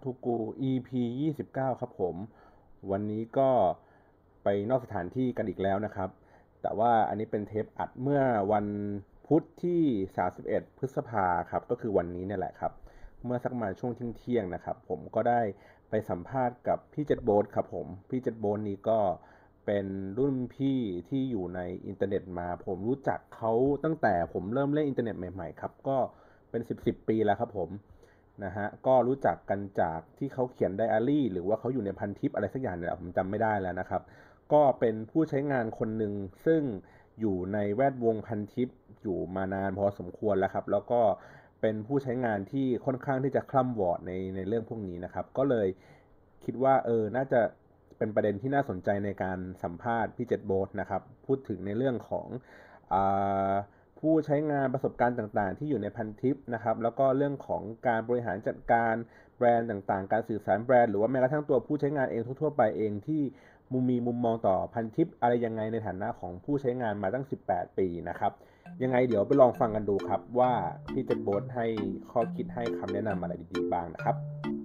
ทูกู EP 29ครับผมวันนี้ก็ไปนอกสถานที่กันอีกแล้วนะครับแต่ว่าอันนี้เป็นเทปอัดเมื่อวันพุธที่31พฤษภาครับก็คือวันนี้เนี่ยแหละครับเมื่อสักประมาณช่วงเที่ยงนะครับผมก็ได้ไปสัมภาษณ์กับพี่เจ็ดโบ๊ทครับผมพี่เจ็ดโบ๊ทนี้ก็เป็นรุ่นพี่ที่อยู่ในอินเทอร์เน็ตมาผมรู้จักเขาตั้งแต่ผมเริ่มเล่นอินเทอร์เน็ตใหม่ๆครับก็เป็นสิบปีแล้วครับผม นะฮะก็รู้จักกันจากที่เขาเขียนไดอารี่หรือว่าเขาอยู่ในพันทิปอะไรสักอย่างเนี่ยผมจำไม่ได้แล้วนะครับก็เป็นผู้ใช้งานคนหนึ่งซึ่งอยู่ในแวดวงพันทิปอยู่มานานพอสมควรแล้วครับแล้วก็เป็นผู้ใช้งานที่ค่อนข้างที่จะคล่ำวอร์ดในเรื่องพวกนี้นะครับก็เลยคิดว่าน่าจะเป็นประเด็นที่น่าสนใจในการสัมภาษณ์พี่เจ็ดโบ๊ทนะครับพูดถึงในเรื่องของอ่า ผู้ใช้งานประสบการณ์ต่างๆที่อยู่ในพันทิปนะครับแล้วก็เรื่องของการบริหารจัดการแบรนด์ต่างๆการสื่อสารแบรนด์หรือว่าแม้กระทั่งตัวผู้ใช้งานเองทั่วๆไปเองที่มีมุมมองต่อพันทิปอะไรยังไงในฐานะของผู้ใช้งานมาตั้ง18ปีนะครับยังไงเดี๋ยวไปลองฟังกันดูครับว่าพี่เจษโบ๊ทให้ข้อคิดให้คำแนะนำอะไรดีๆบ้างนะครับ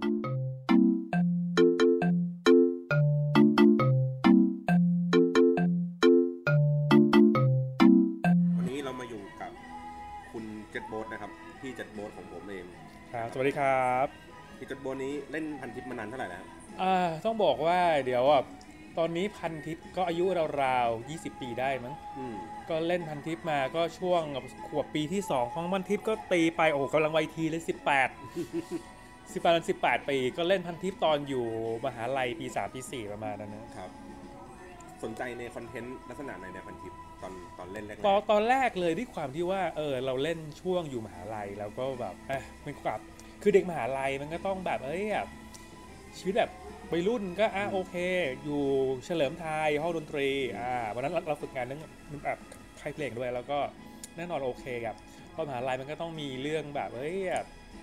วันนี้เรามาอยู่กับคุณเจษโบ๊ทนะครับพี่เจษโบ๊ทของผมเองครับสวัสดีครับพี่เจษโบ๊ทนี้เล่นพันทิปมานานเท่าไหร่แล้วต้องบอกว่าเดี๋ยวตอนนี้พันทิปก็อายุราวๆ20ปีได้มั้งอืมก็เล่นพันทิปมาก็ช่วงขวบปีที่2ของพันทิปก็ตีไปโอ้โหกำลังวัยทีเลย18 18 ปีก็เล่นพันทิปตอนอยู่มหาลัยปี3ปี4ประมาณนั้นนะครับสนใจในคอนเทนต์ลักษณะในพันทิปตอนเล่นแรกตอนแรกเลยด้วยความที่ว่าเราเล่นช่วงอยู่มหาลัยแล้วก็แบบมันแบบคือเด็กมหาลัยมันก็ต้องแบบแบบชีวิตแบบวัยรุ่นก็โอเคอยู่เฉลิมไทยห้องดนตรีวันนั้นเราฝึกงานเรื่องแบบค่ายเพลงด้วยแล้วก็แน่นอนโอเคครับเพราะมหาลัยมันก็ต้องมีเรื่องแบบแบบ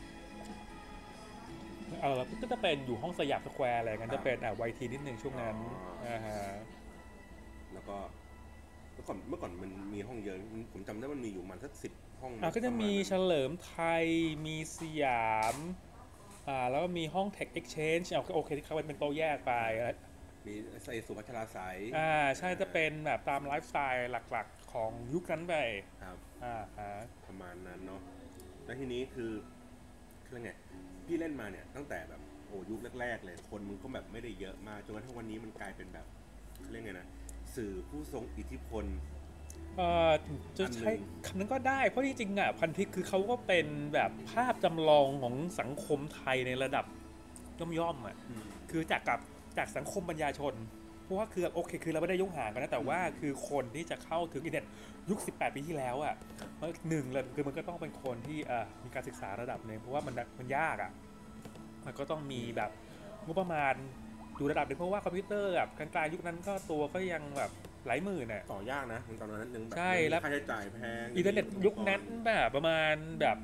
ก็จะเป็นอยู่ห้องสยามสแควร์อะไรกันจะเป็นวัยทีนิดนึงช่วงนั้นฮะแล้วก็เมื่อก่อนมันมีห้องเยอะผมจำได้มันมีอยู่ประมาณสัก10 ห้องก็จะมีประมาณนั้นเฉลิมไทยมีสยามแล้วก็มีห้อง Tech Exchange โอเคที่เขาเป็นโต๊ะแยกไปมีไอสุพัชราสายใช่จะเป็นแบบตามไลฟ์สไตล์หลักๆของยุคนั้นไปครับอ่าฮะประมาณนั้นเนาะแล้วทีนี้คือไงพี่เล่นมาเนี่ยตั้งแต่แบบโอ้ยุคแรกๆเลยคนมันก็แบบไม่ได้เยอะมากจนกระทั่งวันนี้มันกลายเป็นแบบเรียกไงนะสื่อผู้ทรงอิทธิพลเอ่อจะใช้อันหนึ่งคำนั้นก็ได้เพราะจริงๆพันทิปคือเขาก็เป็นแบบภาพจำลองของสังคมไทยในระดับย่อมๆคือจากสังคมปัญญาชนเพราะว่าคือโอเคคือเราไม่ได้ยกห่างกันนะแต่ว่าคือคนที่จะเข้าถึงอินเทอร์เน็ตยุค18 ปีที่แล้วหนึ่งเลยคือมันก็ต้องเป็นคนที่มีการศึกษาระดับหนึ่งเพราะว่ามันยากมันก็ต้องมีแบบงบประมาณอยู่ระดับหนึ่งเพราะว่าคอมพิวเตอร์แบบกลางๆยุคนั้นก็ตัวก็ยังแบบหลายหมื่นต่อยากนะตอนนั้นนึงแบบใช่แล้วยังมีค่าใช้จ่ายแพงอินเทอร์เน็ตยุคนั้นอุปกรณ์แบบประมาณแบบ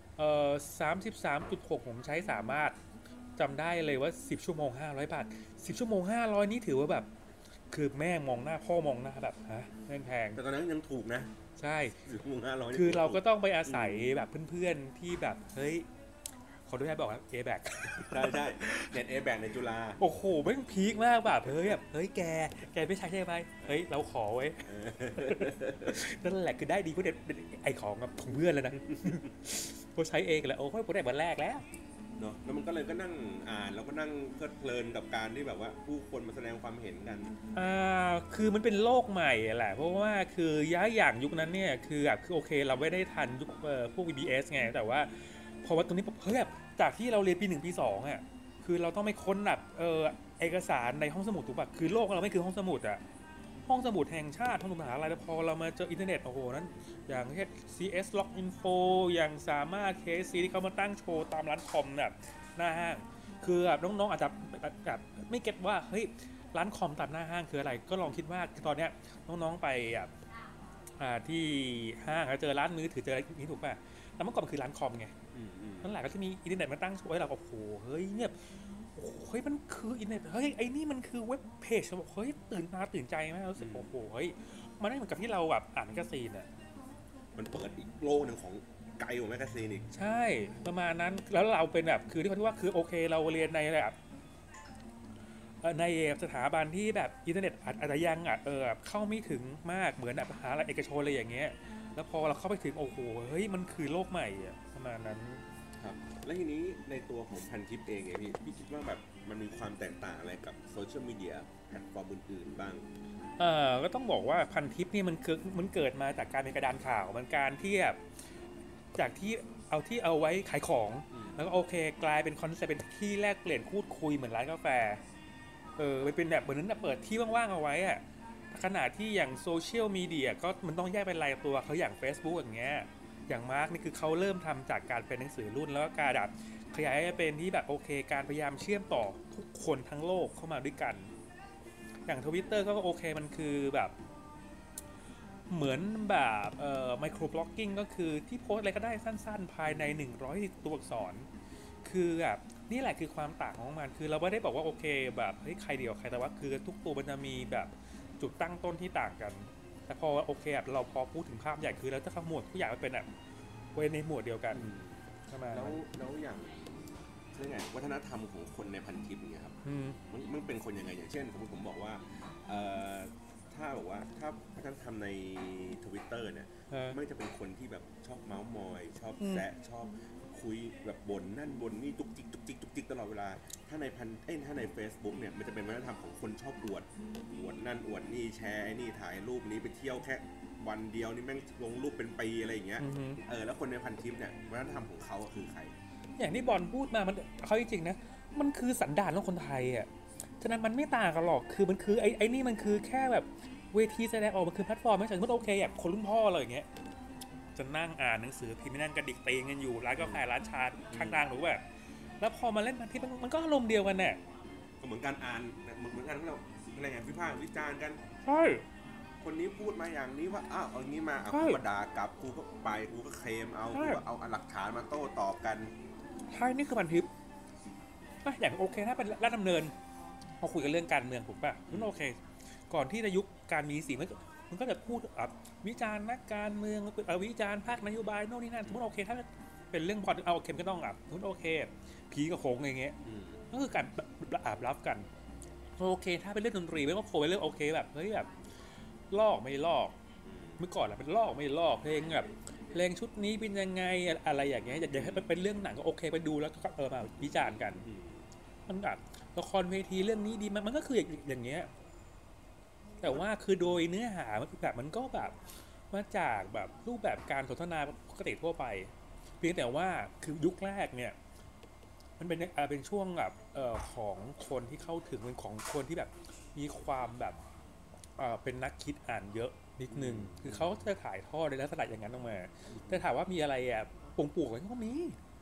33.6ผมใช้สามารถจำได้เลยว่า10 ชั่วโมง500 บาท10 ชั่วโมง500นี่ถือว่าแบบคือแม่มองหน้าพ่อมองหน้าแบบฮะแพงแต่ตอนนั้นยังถูกนะใช่ 10 ชั่วโมง 500นี่คือถือว่าถูกเราก็ต้องไปอาศัยแบบเพื่อนๆที่แบบเฮ้ยขอดูให้บอกนะA-back ได้เน็ตเอแบกในจุฬาโอ้โหแม่งพีคมากแบบเฮ้ยแกไม่ใช่ใช่ไหมเฮ้ยเราขอไว้นั่นแหละคือได้ดีก็เด็ดไอของกับของเพื่อนเลยนะพอใช้เองแล้วโอ้ยผมได้วันแรกแล้วเนาะแล้วมันก็เลยก็นั่งอ่านแล้วก็นั่งเพลิดเพลินกับการที่แบบว่าผู้คนมาแสดงความเห็นกันคือมันเป็นโลกใหม่แหละเพราะว่าคือย้ายอย่างยุคนั้นเนี่ยคือแบบคือโอเคเราไม่ได้ทันยุคพวก VBS ไงแต่ว่าพอว่าตรงนี้เฮ้ยแบบจากที่เราเรียนปี1ปี2คือเราต้องไปค้นแบบเอกสารในห้องสมุดถูกป่ะคือโลกเราไม่คือห้องสมุดห้องสมุดแห่งชาติห้องสมุดมหาลัยแล้วพอเรามาเจออินเทอร์เน็ตโอ้โหนั้นอย่างเช่น CS Log Info อย่างสามารถ KC ที่เขามาตั้งโชว์ตามร้านคอมแบบหน้าห้างคือแบบน้องๆอาจจะแบบไม่เก็ตว่าเฮ้ยร้านคอมตามหน้าห้างคืออะไรก็ลองคิดว่าตอนเนี้ยน้องๆไปที่ห้างแล้วเจอร้านมือถือเจออะไรนี้ถูกป่ะแต่เมื่อก่อนมันคือร้านคอมไงนั่นแหละก็จะมีอินเทอร์เน็ตมาตั้งโชว์ให้เราโอ้โหเฮ้ยเนี่ยโอ้โหเฮ้ยมันคืออินเทอร์เน็ตเฮ้ยไอ้นี่มันคือเว็บเพจเราบอกเฮ้ยตื่นตาตื่นใจมากรู้สึกโอ้โหเฮ้ยมันไม่เหมือนกับที่เราแบบอ่านแมกกาซีนมันเปิดอีกโลกหนึ่งของไกลกว่าแมกกาซีนอีกใช่ประมาณนั้นแล้วเราเป็นแบบคือที่เขาว่าคือโอเคเราเรียนในแบบในสถาบันที่แบบอินเทอร์เน็ตอาจจะยังเข้าไม่ถึงมากเหมือนแบบมหาลัยเอกชนอะไรอย่างเงี้ยแล้วพอเราเข้าไปถึงโอ้โหเฮ้ยมันคือโลกใหม่อะประมาณนั้นครับแล้วทีนี้ในตัวของพันทิปเองไงพี่คิดว่าแบบมันมีความแตกต่างอะไรกับโซเชียลมีเดียแพลตฟอร์มอื่นๆบ้างก็ต้องบอกว่าพันทิปนี่มันเกิดมาจากการเป็นกระดานข่าวมันการที่แบบจากที่เอาไว้ขายของแล้วก็โอเคกลายเป็นคอนเซ็ปต์เป็นที่แลกเปลี่ยนพูดคุยเหมือนร้านกาแฟมันเป็นแบบเหมือนนั้นเปิดที่ว่างๆเอาไว้อะขนาดที่อย่างโซเชียลมีเดียก็มันต้องแยกเป็นรายตัวเขาอย่าง Facebook อย่างเงี้ยอย่างมาร์กนี่คือเขาเริ่มทำจากการเป็นหนังสือรุ่นแล้วก็การแบบขยายให้เป็นที่แบบโอเคการพยายามเชื่อมต่อทุกคนทั้งโลกเข้ามาด้วยกันอย่างทวิตเตอร์ก็โอเคมันคือแบบเหมือนแบบไมโครบล็อกกิ้งก็คือที่โพสอะไรก็ได้สั้นๆภายใน100ตัวอักษรคือแบบนี่แหละคือความต่างของมันคือเราไม่ได้บอกว่าโอเคแบบเฮ้ยใครเดียวใครแต่ว่าคือทุกตัวมันจะมีแบบจุดตั้งต้นที่ต่างกันแต่พอโอเคแบบเราพอพูดถึงภาพใหญ่คือเราจะขมวดทุกอย่างมันเป็นแบบไว้ในหมวดเดียวกันใช่ไหมแล้วอย่างเรื่องไงวัฒนธรรมของคนในพันทิปอย่างเงี้ยครับมันเป็นคนยังไงอย่างเช่นสมมติผมบอกว่าเอ่อถ้าบอกว่าถ้าวัฒนธรรมใน Twitter เนี่ยไม่จะเป็นคนที่แบบชอบเมาส์มอยชอบแซะชอบคุยแบบบ่นนั่นบ่นนี่จุกจิกจุกจิกจุกจิกตลอดเวลาถ้าใน Facebook เนี่ยมันจะเป็นวัฒนธรรมของคนชอบอวดนั่นอวดนี่แชร์นี่ถ่ายรูปนี้ไปเที่ยวแค่วันเดียวนี่แม่งลงรูปเป็นปีอะไรอย่างเงี้ยแล้วคนในพันทิปเนี่ยวัฒนธรรมของเขาคือใครอย่างที่บอลพูดมามันเขาจริงๆนะมันคือสันดานของคนไทยอ่ะฉะนั้นมันไม่ต่างกันหรอกคือมันคือไอ้นี่มันคือแค่แบบเวทีแสดงออกมันคือแพลตฟอร์มไม่ใช่สมมติโอเคแบบคนรุ่นพ่ออะไรอย่างเงี้ยจะนั่งอ่านหนังสือพิมพ์นั่งกระดิกตีกันอยู่ร้านกาแฟร้านชาข้างๆหรือแบบแล้วพอมาเล่นพันทิปมันก็อารมณ์เดียวกันเนี่ยก็เหมือนการอ่านเหมือนกันที่เราอะไรไงวิพากษ์วิจารณ์กันใช่คนนี้พูดมาอย่างนี้ว่าเอางี้มากูก็ด่ากลับกูก็ไปกูก็เคลมเอากูก็เอาหลักฐานมาโต้ตอบกันใช่นี่คือพันทิปอย่างโอเคถ้าเป็นรัฐดำเนินเราคุยกันเรื่องการเมืองถูกป่ะนั่นโอเคก่อนที่จะยุคการมีสีมันก็จะพูดวิจารณ์นักการเมืองวิจารณ์ภาคนโยบายโน่นนี่นั่นสมมติโอเคถ้าเป็นเรื่องพอเอาโอเคก็ต้องสมมติโอเคผีกับโขงอย่างเงี้ยก็คือการรับกันโอเคถ้าเป็นเรื่องดนตรีไม่ก็โคเป็นเรื่องโอเคแบบเฮ้ยแบบลอกไม่ลอกเมื่อก่อนอะเป็นลอกไม่ลอกเพลงแบบเพลงชุดนี้เป็นยังไงอะไรอย่างเงี้ยอยากให้เป็นเรื่องหนังก็โอเคไปดูแล้วก็มาวิจารณ์กันมันแบบละครเวทีเรื่องนี้ดีมันก็คืออย่างเงี้ยแต่ว่าคือโดยเนื้อหาแบบมันก็แบบมาจากแบบรูปแบบการสนทนาปกติทั่วไปเพียงแต่ว่าคือยุคแรกเนี่ยมันเป็นช่วงแบบของคนที่เข้าถึงเป็นของคนที่แบบมีความแบบเป็นนักคิดอ่านเยอะนิดนึงคือเขาจะถ่ายทอดในลักษณะอย่างนั้นออกมาแต่ถามว่ามีอะไรปงปู่กันก็มี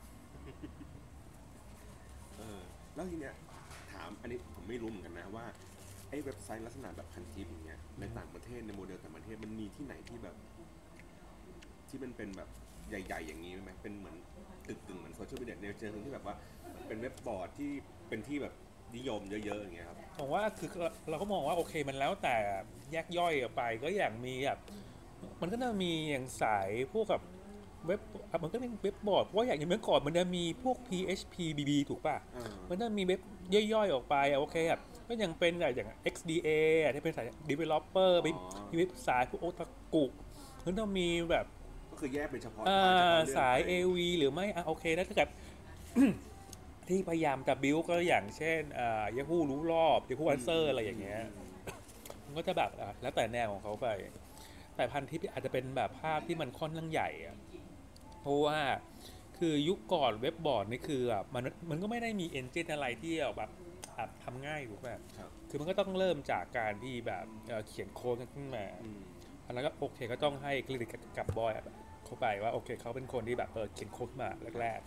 แล้วทีเนี้ยถามอันนี้ผมไม่รู้เหมือนกันนะว่าไอ้เว็บไซต์ลักษณะแบบพันทิปอย่างเงี้ยในต่างประเทศในโมเดลต่างประเทศมันมีที่ไหนที่แบบที่มันเป็นแบบใหญ่ๆอย่างนี้ไหมเป็นเหมือนตึกเหมือนโซเชียลมีเดียในเชิงที่แบบว่าเป็นเว็บบอร์ดที่เป็นที่แบบนิยมเยอะๆอย่างเงี้ยครับผมว่าคือเราก็มองว่าโอเคมันแล้วแต่แยกย่อยออกไปก็อย่างมีแบบมันก็จะมีอย่างสายพวกกับเว็บมันก็เป็นเว็บบอร์ดเพราะว่าอย่างเมื่อก่อนมันจะมีพวก PHP BB ถูกป่ะมันจะมีเว็บย่อยๆออกไปโอเคครับก็ยังเป็นอย่าง XDA ที่เป็นสาย developer มีเว็บสายพวกโอตากุมันต้องมีแบบก็คือแยกเป็นเฉพาะสาย AV หรือไม่โอเคแล้วถ้าเกิดที่พยายามจะบิวก็อย่างเช่นYahoo รู้รอบ Yahoo Answer อะไรอย่างเงี้ยมันก็จะแบบแล้วแต่แนวของเขาไปแต่พันทิปอาจจะเป็นแบบภาพที่มันค่อนข้างใหญ่เพราะว่าคือยุคก่อนเว็บบอร์ดนี่คือมันก็ไม่ได้มีเอนจินอะไรที่แบบทำง่ายถูกไหมคือมันก็ต้องเริ่มจากการที่แบบเขียนโค้ดขึ้นมาแล้วก็โอเคก็ต้องให้เครดิตกับบอยเข้าไปว่าโอเคเขาเป็นคนที่แบบเขียนโค้ดมาแรก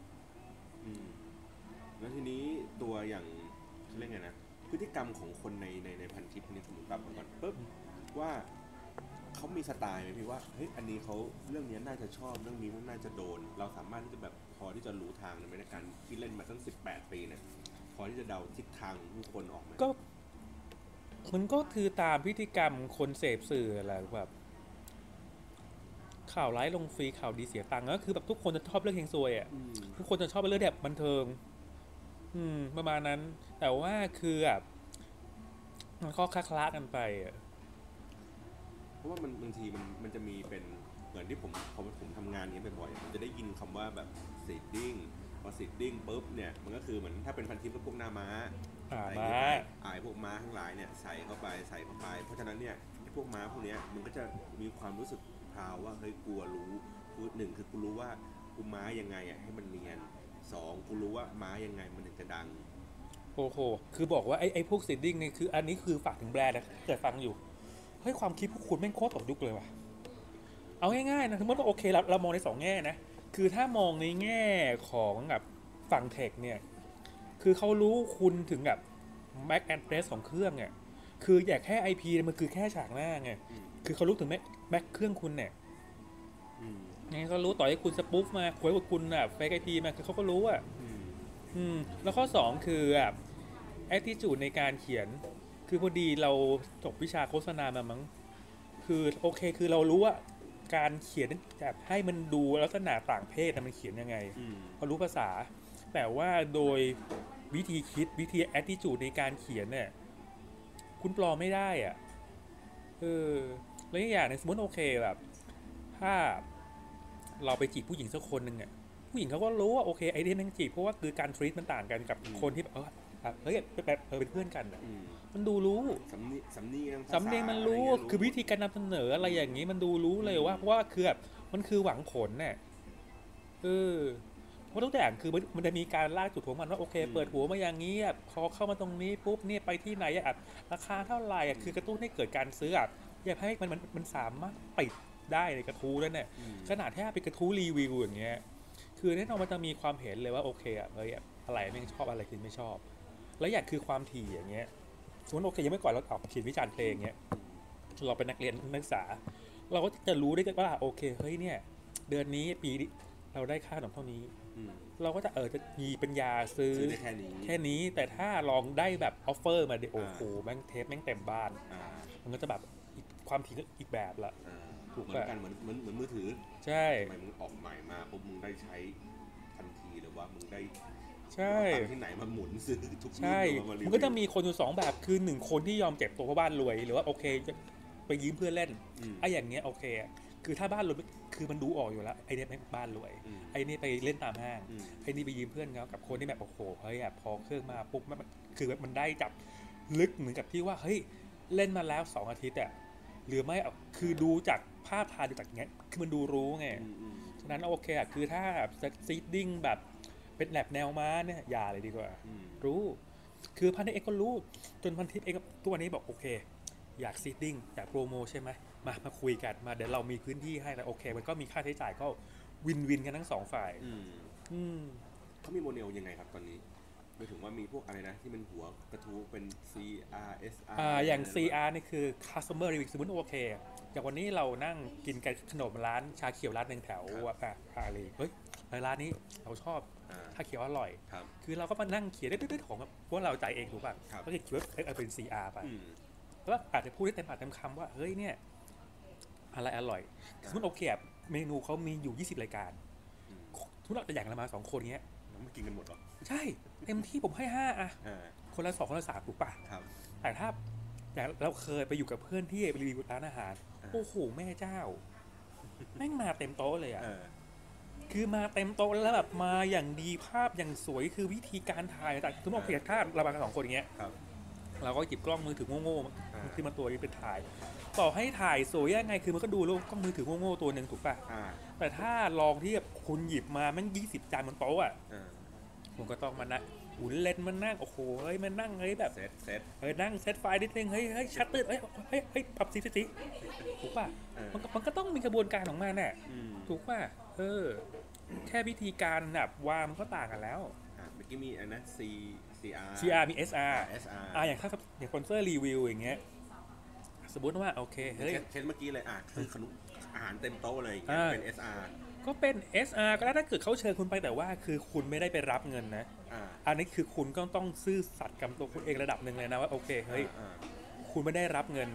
แล้วทีนี้ตัวอย่างเรื่องไงนะพฤติกรรมของคนในพันทิปนี่สมมติแบบก่อนปุ๊บว่าเขามีสไตล์ไหมพี่ว่าเฮ้ยอันนี้เขาเรื่องนี้น่าจะชอบเรื่องนี้น่าจะโดนเราสามารถที่จะแบบพอที่จะรู้ทางในการที่เล่นมาตั้ง18 ปีเนี่ยพอที่จะเดาทิศทางของผู้คนออกไหมก็มันก็คือตามพฤติกรรมคนเสพสื่อแหละแบบเขข่าวร้ายลงฟรีข่าวดีเสียตังค์ก็คือแบบทุกคนจะชอบเรื่องเฮงซวยอ่ะอืมทุกคนจะชอบเรื่องแบบบันเทิงประมาณนั้นแต่ว่าคือแบบมันก็คละกันไปอ่ะเพราะว่ามันบางทีมันจะมีเป็นเหมือนที่ผมทำงานนี้บ่อยๆผมจะได้ยินคำว่าแบบซีดดิ้งพอซีดดิ้งปุ๊บเนี่ยมันก็คือเหมือนถ้าเป็นพันทิปก็พวกหน้าม้าอะไรอย่างม้าเงี้ยพวกม้าทั้งหลายเนี่ยใส่เข้าไปเพราะฉะนั้นเนี่ยไอ้พวกม้าพวกเนี้ยมันก็จะมีความรู้สึกพราวว่าเฮ้ยกลัวรู้คือหนึ่งคือกูรู้ว่ากูม้ายังไงอ่ะให้มันเนียนสองกูรู้ว่าม้ายังไงมันถึงจะดังโอ้โหคือบอกว่าไอ้พวกซีดดิ้งนี่คืออันนี้คือฝากถึงแบรนด์นะแต่ฟังอยู่เฮ้ยความคิดพวกคุณแม่งโคตรตกยุคเลยว่ะเอาง่ายๆนะสมมติว่าโอเคเรามองในสองแง่นะคือถ้ามองในแง่ของแบบฝั่งเทคเนี่ยคือเขารู้คุณถึงแบบ MAC address ของเครื่องเนี่ยคืออยากแค่ IP มันคือแค่ฉากหน้าไงคือเขารู้ถึง MAC เครื่องคุณเนี่ยยังไงเขารู้ต่อให้คุณสปูฟมาคุยกับคุณแบบเฟก IP มาคือเขาก็รู้อ่ะแล้วข้อ2คือแบบ attitude ในการเขียนคือพอดีเราจบวิชาโฆษณามามั้งคือโอเคคือเรารู้ว่าการเขียนแบบให้มันดูลักษณะต่างเพศมันเขียนยังไงเขารู้ภาษาแต่ว่าโดยวิธีคิดวิธี attitude ในการเขียนเนี่ยคุณปลอมไม่ได้อ่ะแล้วอย่างนึงสมมติโอเคแบบถ้าเราไปจีบผู้หญิงสักคนหนึ่งอ่ะผู้หญิงเขาก็รู้ว่าโอเคไอเดียนั่งจีบเพราะว่าคือการทรีตมันต่างกันกับคนที่แบบเฮ้ยเป็นเพื่อนกันอ่ะมันดูรู้สำเนียงมันรู้คือวิธีการนำเสนออะไรอย่างนี้มันดูรู้เลยว่าเพราะว่าคือแบบมันคือหวังผลเนี่ยเพราะทุกอย่างคือมันจะมีการลากจุดของมันว่าโอเคเปิดหัวมาอย่างนี้พอเข้ามาตรงนี้ปุ๊บเนี่ยไปที่ไหนราคาเท่าไหร่คือกระตุ้นให้เกิดการซื้ออยากให้มันสามารถปิดได้ในกระทู้แล้วเนี่ยขนาดแค่เป็นกระทู้รีวิวอย่างเงี้ยคือแน่นอนมันจะมีความเห็นเลยว่าโอเคเฮ้ยอะไรไม่ชอบอะไรคือไม่ชอบแล้วอย่างคือความถี่อย่างเงี้ยสมมติโอเคยังไม่ก่อนเราออกเขียนวิจารณ์เพลงเงี้ยเราเป็นนักเรียนนักศึกษาเราก็จะรู้ได้ว่าโอเคเฮ้ยเนี่ยเดือนนี้ปีเราได้ค่าขนมเท่านี้เราก็จะจะมีปัญญาซื้อแค่นี้แต่ถ้าลองได้แบบออฟเฟอร์มาโอ้โหแม่งเทปแม่งเต็มบ้านมันก็จะแบบความถี่อีกแบบละถูกเหมือนกันเหมือนมือถือใช่ทำไมมึงออกใหม่มาปุ๊บมึงได้ใช้ทันทีหรือว่ามึงได้ใช่ที่ไหนมาหมุนซื้อทุกใช่มันก็จะมีคนอยู่2แบบคือ1คนที่ยอมเจ็บตัวเพราะบ้านรวยหรือว่าโอเคจะไปยืมเพื่อนเล่นอย่างเงี้ยโอเคคือถ้าบ้านรวยคือมันดูออกอยู่แล้วไอ้นี่ไม่บ้านรวยไอ้นี่ไปเล่นตามห้างไอ้นี่ไปยืมเพื่อนเขากับคนที่แบบโอ้โหเฮ้ยพอเครื่องมาปุ๊บคือมันได้จับลึกเหมือนกับที่ว่าเฮ้ยเล่นมาแล้ว2 อาทิตย์หรือไม่คือดูจากภาพถ่ายดูจากเงี้ยคือมันดูรู้ไงฉะนั้นโอเคคือถ้าซีดดิ้งแบบเป็นแนวม้าเนี่ยอย่าเลยดีกว่ารู้คือพันทิปเองก็รู้จนพันทิปเองตัวนี้บอกโอเคอยากซีดดิ้งอยากโปรโมใช่ไหมมาคุยกันมาเดี๋ยวเรามีพื้นที่ให้แล้วโอเคมันก็มีค่าใช้จ่ายก็วินกันทั้ง2 ฝ่ายเขามีโมเดลยังไงครับตอนนี้ไม่ถึงว่ามีพวกอะไรนะที่มันหัวกระทู้เป็น CRSR อย่าง CR นี่คือ customer review สมมติโอเคอย่างวันนี้เรานั่งกินกันขนมร้านชาเขียวร้านหนึ่งแถวอะไรเฮ้ยร้านนี้เราชอบชาเขียวอร่อยคือเราก็มานั่งเขียนได้ของพวกเราจ่ายเองถูกป่ะก็เขียนว่าเป็น CR ไปแล้วอาจจะพูดได้เต็มปากเต็มคำว่าเฮ้ยเนี่ยอะไรอร่อยสมมติโอเคเมนูเขามีอยู่20 รายการทุกเราแต่อย่างเรามา2 คนเงี้ยไม่กินกันหมดหรอใช่เต็มที่ผมให้5คนละ2คนละ3ถูกป่ะแต่ถ้าเราเคยไปอยู่กับเพื่อนที่ไปรีวิวร้านอาหารโอ้โหแม่เจ้าแม่งมาเต็มโต๊ะเลยคือมาเต็มโต๊ะแล้วแบบมาอย่างดีภาพอย่างสวยคือวิธีการถ่ายแต่ทุกคนเพียงถ้าเรามากัน2 คนอย่างเงี้ยเราก็หยิบกล้องมือถือโง่ๆที่มันตัวนี้เป็นถ่ายต่อให้ถ่ายสวยยังไงคือมันก็ดูโลกกล้องมือถือโง่ๆตัวหนึ่งถูกป่ะแต่ถ้าลองที่คุณหยิบมาแม่ง20 จานบนโต๊ะผมก็ต้องมานะหุ่นเลนมันนั่งโอ้โหเฮ้ยมันนั่งเฮ้ยแบบนั่งเซตไฟล์นิดนึงเฮ้ยชัตเตอร์เฮ้ยปรับสีถูกป่ะมันก็ต้องมีกระบวนการของมันน่ะถูกป่ะแค่วิธีการแบบวางมันก็ต่างกันแล้วเมื่อกี้มีอันนะ CR มี SR อย่างถ้าอย่างสปอนเซอร์รีวิวอย่างเงี้ยสมมติว่าโอเคเฮ้ยเคสเมื่อกี้เลยคือขนมอาหารเต็มโต๊ะเลยเป็น SR ก็เป็น SR ก็ได้ถ้าเกิดเขาเชิญคุณไปแต่ว่าคือคุณไม่ได้ไปรับเงินนะอันนี้คือคุณก็ต้องซื่อสัตย์กับตัวคุณเองระดับหนึ่งเลยนะว่าโอเคเฮ้ยคุณไม่ได้รับเงินนะ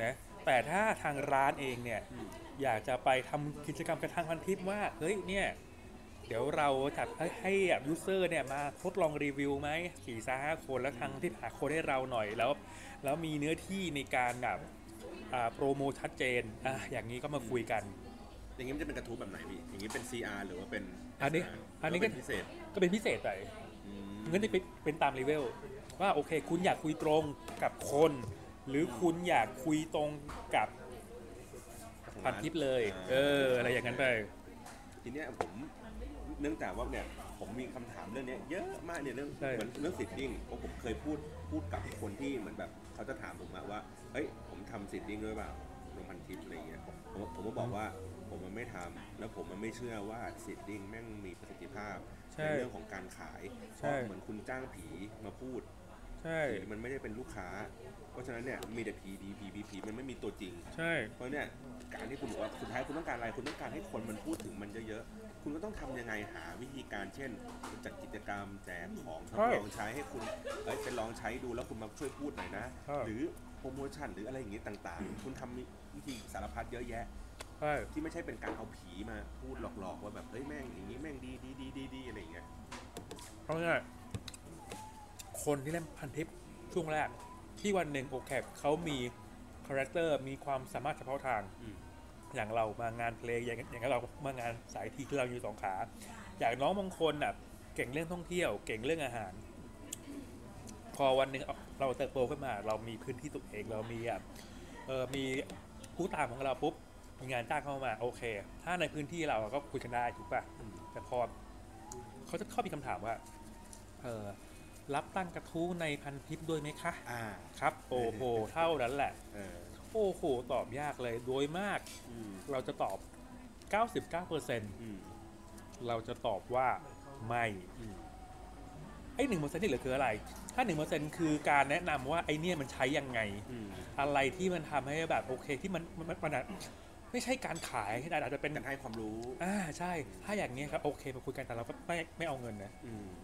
แต่ถ้าทางร้านเองเนี่ยอืมอยากจะไปทำกิจกรรมกับทางพันทิปว่าเฮ้ยเนี่ยเดี๋ยวเราจัดให้ยูเซอร์เนี่ยมาทดลองรีวิวไหม4-5 คนแล้วทางที่หาคนให้เราหน่อยแล้วมีเนื้อที่ในการแบบโปรโมทชัดเจนอย่างนี้ก็มาคุยกันอย่างนี้มันจะเป็นกระทู้แบบไหนพี่อย่างนี้เป็น CR หรือว่าเป็นอันนี้ SR อันนี้หรืว่าเป็นพิเศษก็เป็นพิเศษไปอืมงั้นจะเป็นตามเลเวลว่าโอเคคุณอยากคุยตรงกับคน หรือคุณอยากคุยตรงกับพันทิปเลยอะไรอย่างนั้นไปทีเนี้ยผมเนื่องจากว่าเนี่ยผมมีคำถามเรื่องเนี้ยเยอะมากเนี่ยเรื่องใช่เหมือนเรื่องสิทธิ์ดิ้งเพราะผมเคยพูดกับคนที่เหมือนแบบเขาจะถามผมมาว่าเฮ้ยผมทำสิทธิ์ดิ้งด้วยเปล่าลงพันทิปอะไรเงี้ยผมก็บอกว่าผมมันไม่ทำแล้วผมมันไม่เชื่อว่าสิทธิ์ดิ้งแม่งมีประสิทธิภาพใช่ในเรื่องของการขายเพใช่ราะเหมือนคุณจ้างผีมาพูดใช่ผีมันไม่ได้เป็นลูกค้า เพราะฉะนั้นเนี่ยมีแต่ผีมันไม่มีตัวจริงใช่เพราะเนี่ยการที่คุณบอกว่าสุดท้ายคุณต้องการอะไรคุณต้องการให้คนมันพูดถึงมันเยอะๆคุณก็ต้องทำยังไงหาวิธีการเช่นจัดกิจกรรมแจกของทดลองใช้ให้คุณไปลองใช้ดูแล้วคุณมาช่วยพูดหน่อยนะ หรือโปรโมชั่นหรืออะไรอย่างงี้ต่างๆ คุณทำวิธีสารพัดเยอะแยะใช่ที่ไม่ใช่เป็นการเอาผีมาพูดหลอกๆว่าแบบเฮ้ยแม่งอย่างนี้แม่งดีอะไรอย่างเงี้ยเพราะง่ายคนที่เล่นพันทิปช่วงแรกที่วันหนึ่งโอเคเขามีคาแรคเตอร์มีความสามารถเฉพาะทางอืมอย่างเรามางานเพลงอย่างเรามางานสายทีที่เราอยู่2 ขาอย่างน้องบางคนน่ะเก่งเรื่องท่องเที่ยวเก่งเรื่องอาหาร พอวันหนึ่งเราเติบโตขึ้นมาเรามีพื้นที่ตัวเองเรามีมีผู้ตามของเราปุ๊บมีงานจ้างเข้ามาโอเค ถ้าในพื้นที่เราก็คุยกันได้ถูกป่ะแต่พอเขาจะเข้ามีคำถามว่ารับตั้งกระทู้ในพันทิปด้วยไหมคะ ครับโอ้โหเท่านั้นแหละเออโอ้โหตอบยากเลยโดยมากอืมเราจะตอบ 99% อืมเราจะตอบว่าไม่อืมไอ้ 1% ที่เหลือคืออะไร ถ้า 1% คือการแนะนำว่าไอ้เนี่ยมันใช้ยังไงอืมอะไรที่มันทำให้แบบโอเคที่มันไม่ใช่การขายที่อาจจะเป็นการให้ความรู้ใช่ ถ้าอย่างนี้ครับโอเคมาคุยกันแต่เราก็ไม่เอาเงินนะอืม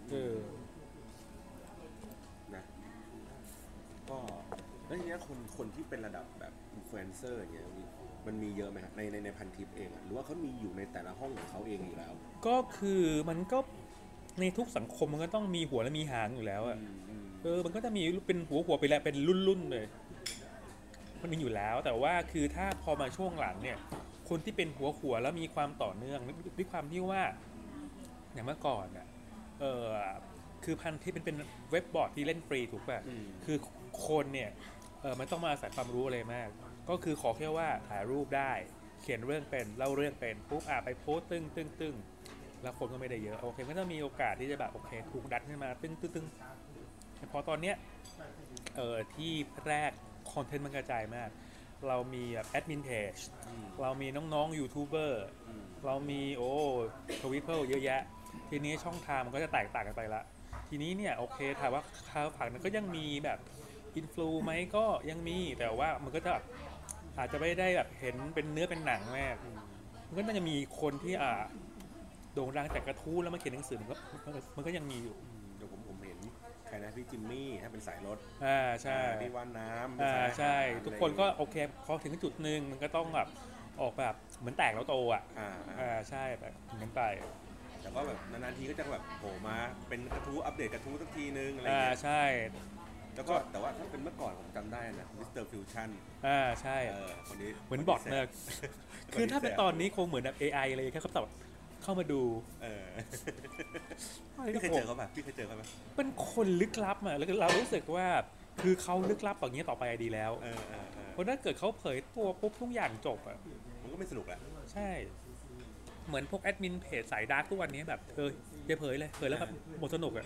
นะก็แล้วทีเนี้ยคนที่เป็นระดับแบบอินฟลูเอนเซอร์อย่างเงี้ยมันมีเยอะไหมครับในพันทิปเองอะหรือว่าเขามีอยู่ในแต่ละห้องของเขาเองอยู่แล้วก็คือมันก็ในทุกสังคมมันก็ต้องมีหัวและมีหางอยู่แล้วอะ มันก็จะมีเป็นหัวไปแล้วเป็นรุ่นเลยมันมีอยู่แล้วแต่ว่าคือถ้าพอมาช่วงหลังเนี่ยคนที่เป็นหัวแล้วมีความต่อเนื่องด้วยความที่ว่าอย่างเมื่อก่อนอ่ะคือพันที่เป็นเว็บบอร์ดที่เล่นฟรีถูกป่ะ คือคนเนี่ยมันต้องมาอาศัยความรู้อะไรมาก ก็คือขอแค่ว่าถ่ายรูปได้เขียนเรื่องเป็นเล่าเรื่องเป็นปุ๊บไปโพสต์ตึ้งแล้วคนก็ไม่ได้เยอะโอเคก็ต้องมีโอกาสที่จะแบบโอเคถูกดันขึ้นมาตึ้งพอตอนเนี้ยที่แรกคอนเทนต์มันกระจายมากเรามีแบบแอดมินเพจเรามีน้องๆยูทูบเบอร์เรามีทวิตเตอร์เยอะแยะทีนี้ช่องทางมันก็จะแตกต่างกันไปละทีนี้เนี่ยโอเคถามว่าข่าวฝั่งนั้นก็ยังมีแบบอินฟลูไหมก็ยังมีแต่ว่ามันก็จะอาจจะไม่ได้แบบเห็นเป็นเนื้อเป็นหนังแม่มันก็น่าจะมีคนที่โด่งดังจากกระทู้แล้วมาเขียนหนังสือมันก็ยังมีอยู่เดี๋ยวผมเห็นใครนะพี่จิมมี่ถ้าเป็นสายรถใช่พี่ว่านน้ำใช่ทุกคนก็โอเคพอถึงจุดหนึ่งมันก็ต้องแบบออกแบบเหมือนแตกแล้วโตใช่แบบนั้นไปแต่ก็แบบนานๆทีก็จะแบบโผล่มาเป็นกระทู้อัปเดตกระทู้สักทีนึงอะไรอย่างเงี้ยใช่แล้วก็แต่ว่าถ้าเป็นเมื่อก่อนผมจำได้นะมิสเตอร์ฟิวชั่นใช่คนนี้เหมือนบอทเลยคือถ้าเป็นตอนนี้คงเหมือนแบบ AI อะไรแค่เขาตอบเข้ามาดูพี่เคยเจอเขาป่ะพี่เคยเจอเขาป่ะเป็นคนลึกลับแล้วเรารู้สึกว่าคือเขาลึกลับอย่างนี้ต่อไปดีแล้วเพราะถ้าเกิดเขาเผยตัวปุ๊บทุกอย่างจบมันก็ไม่สนุกแหละใช่เหมือนพวกแอดมินเพจสายดาร์กทุกวันนี้แบบจะเผยเลยเผยแล้วแบบหมดสนุก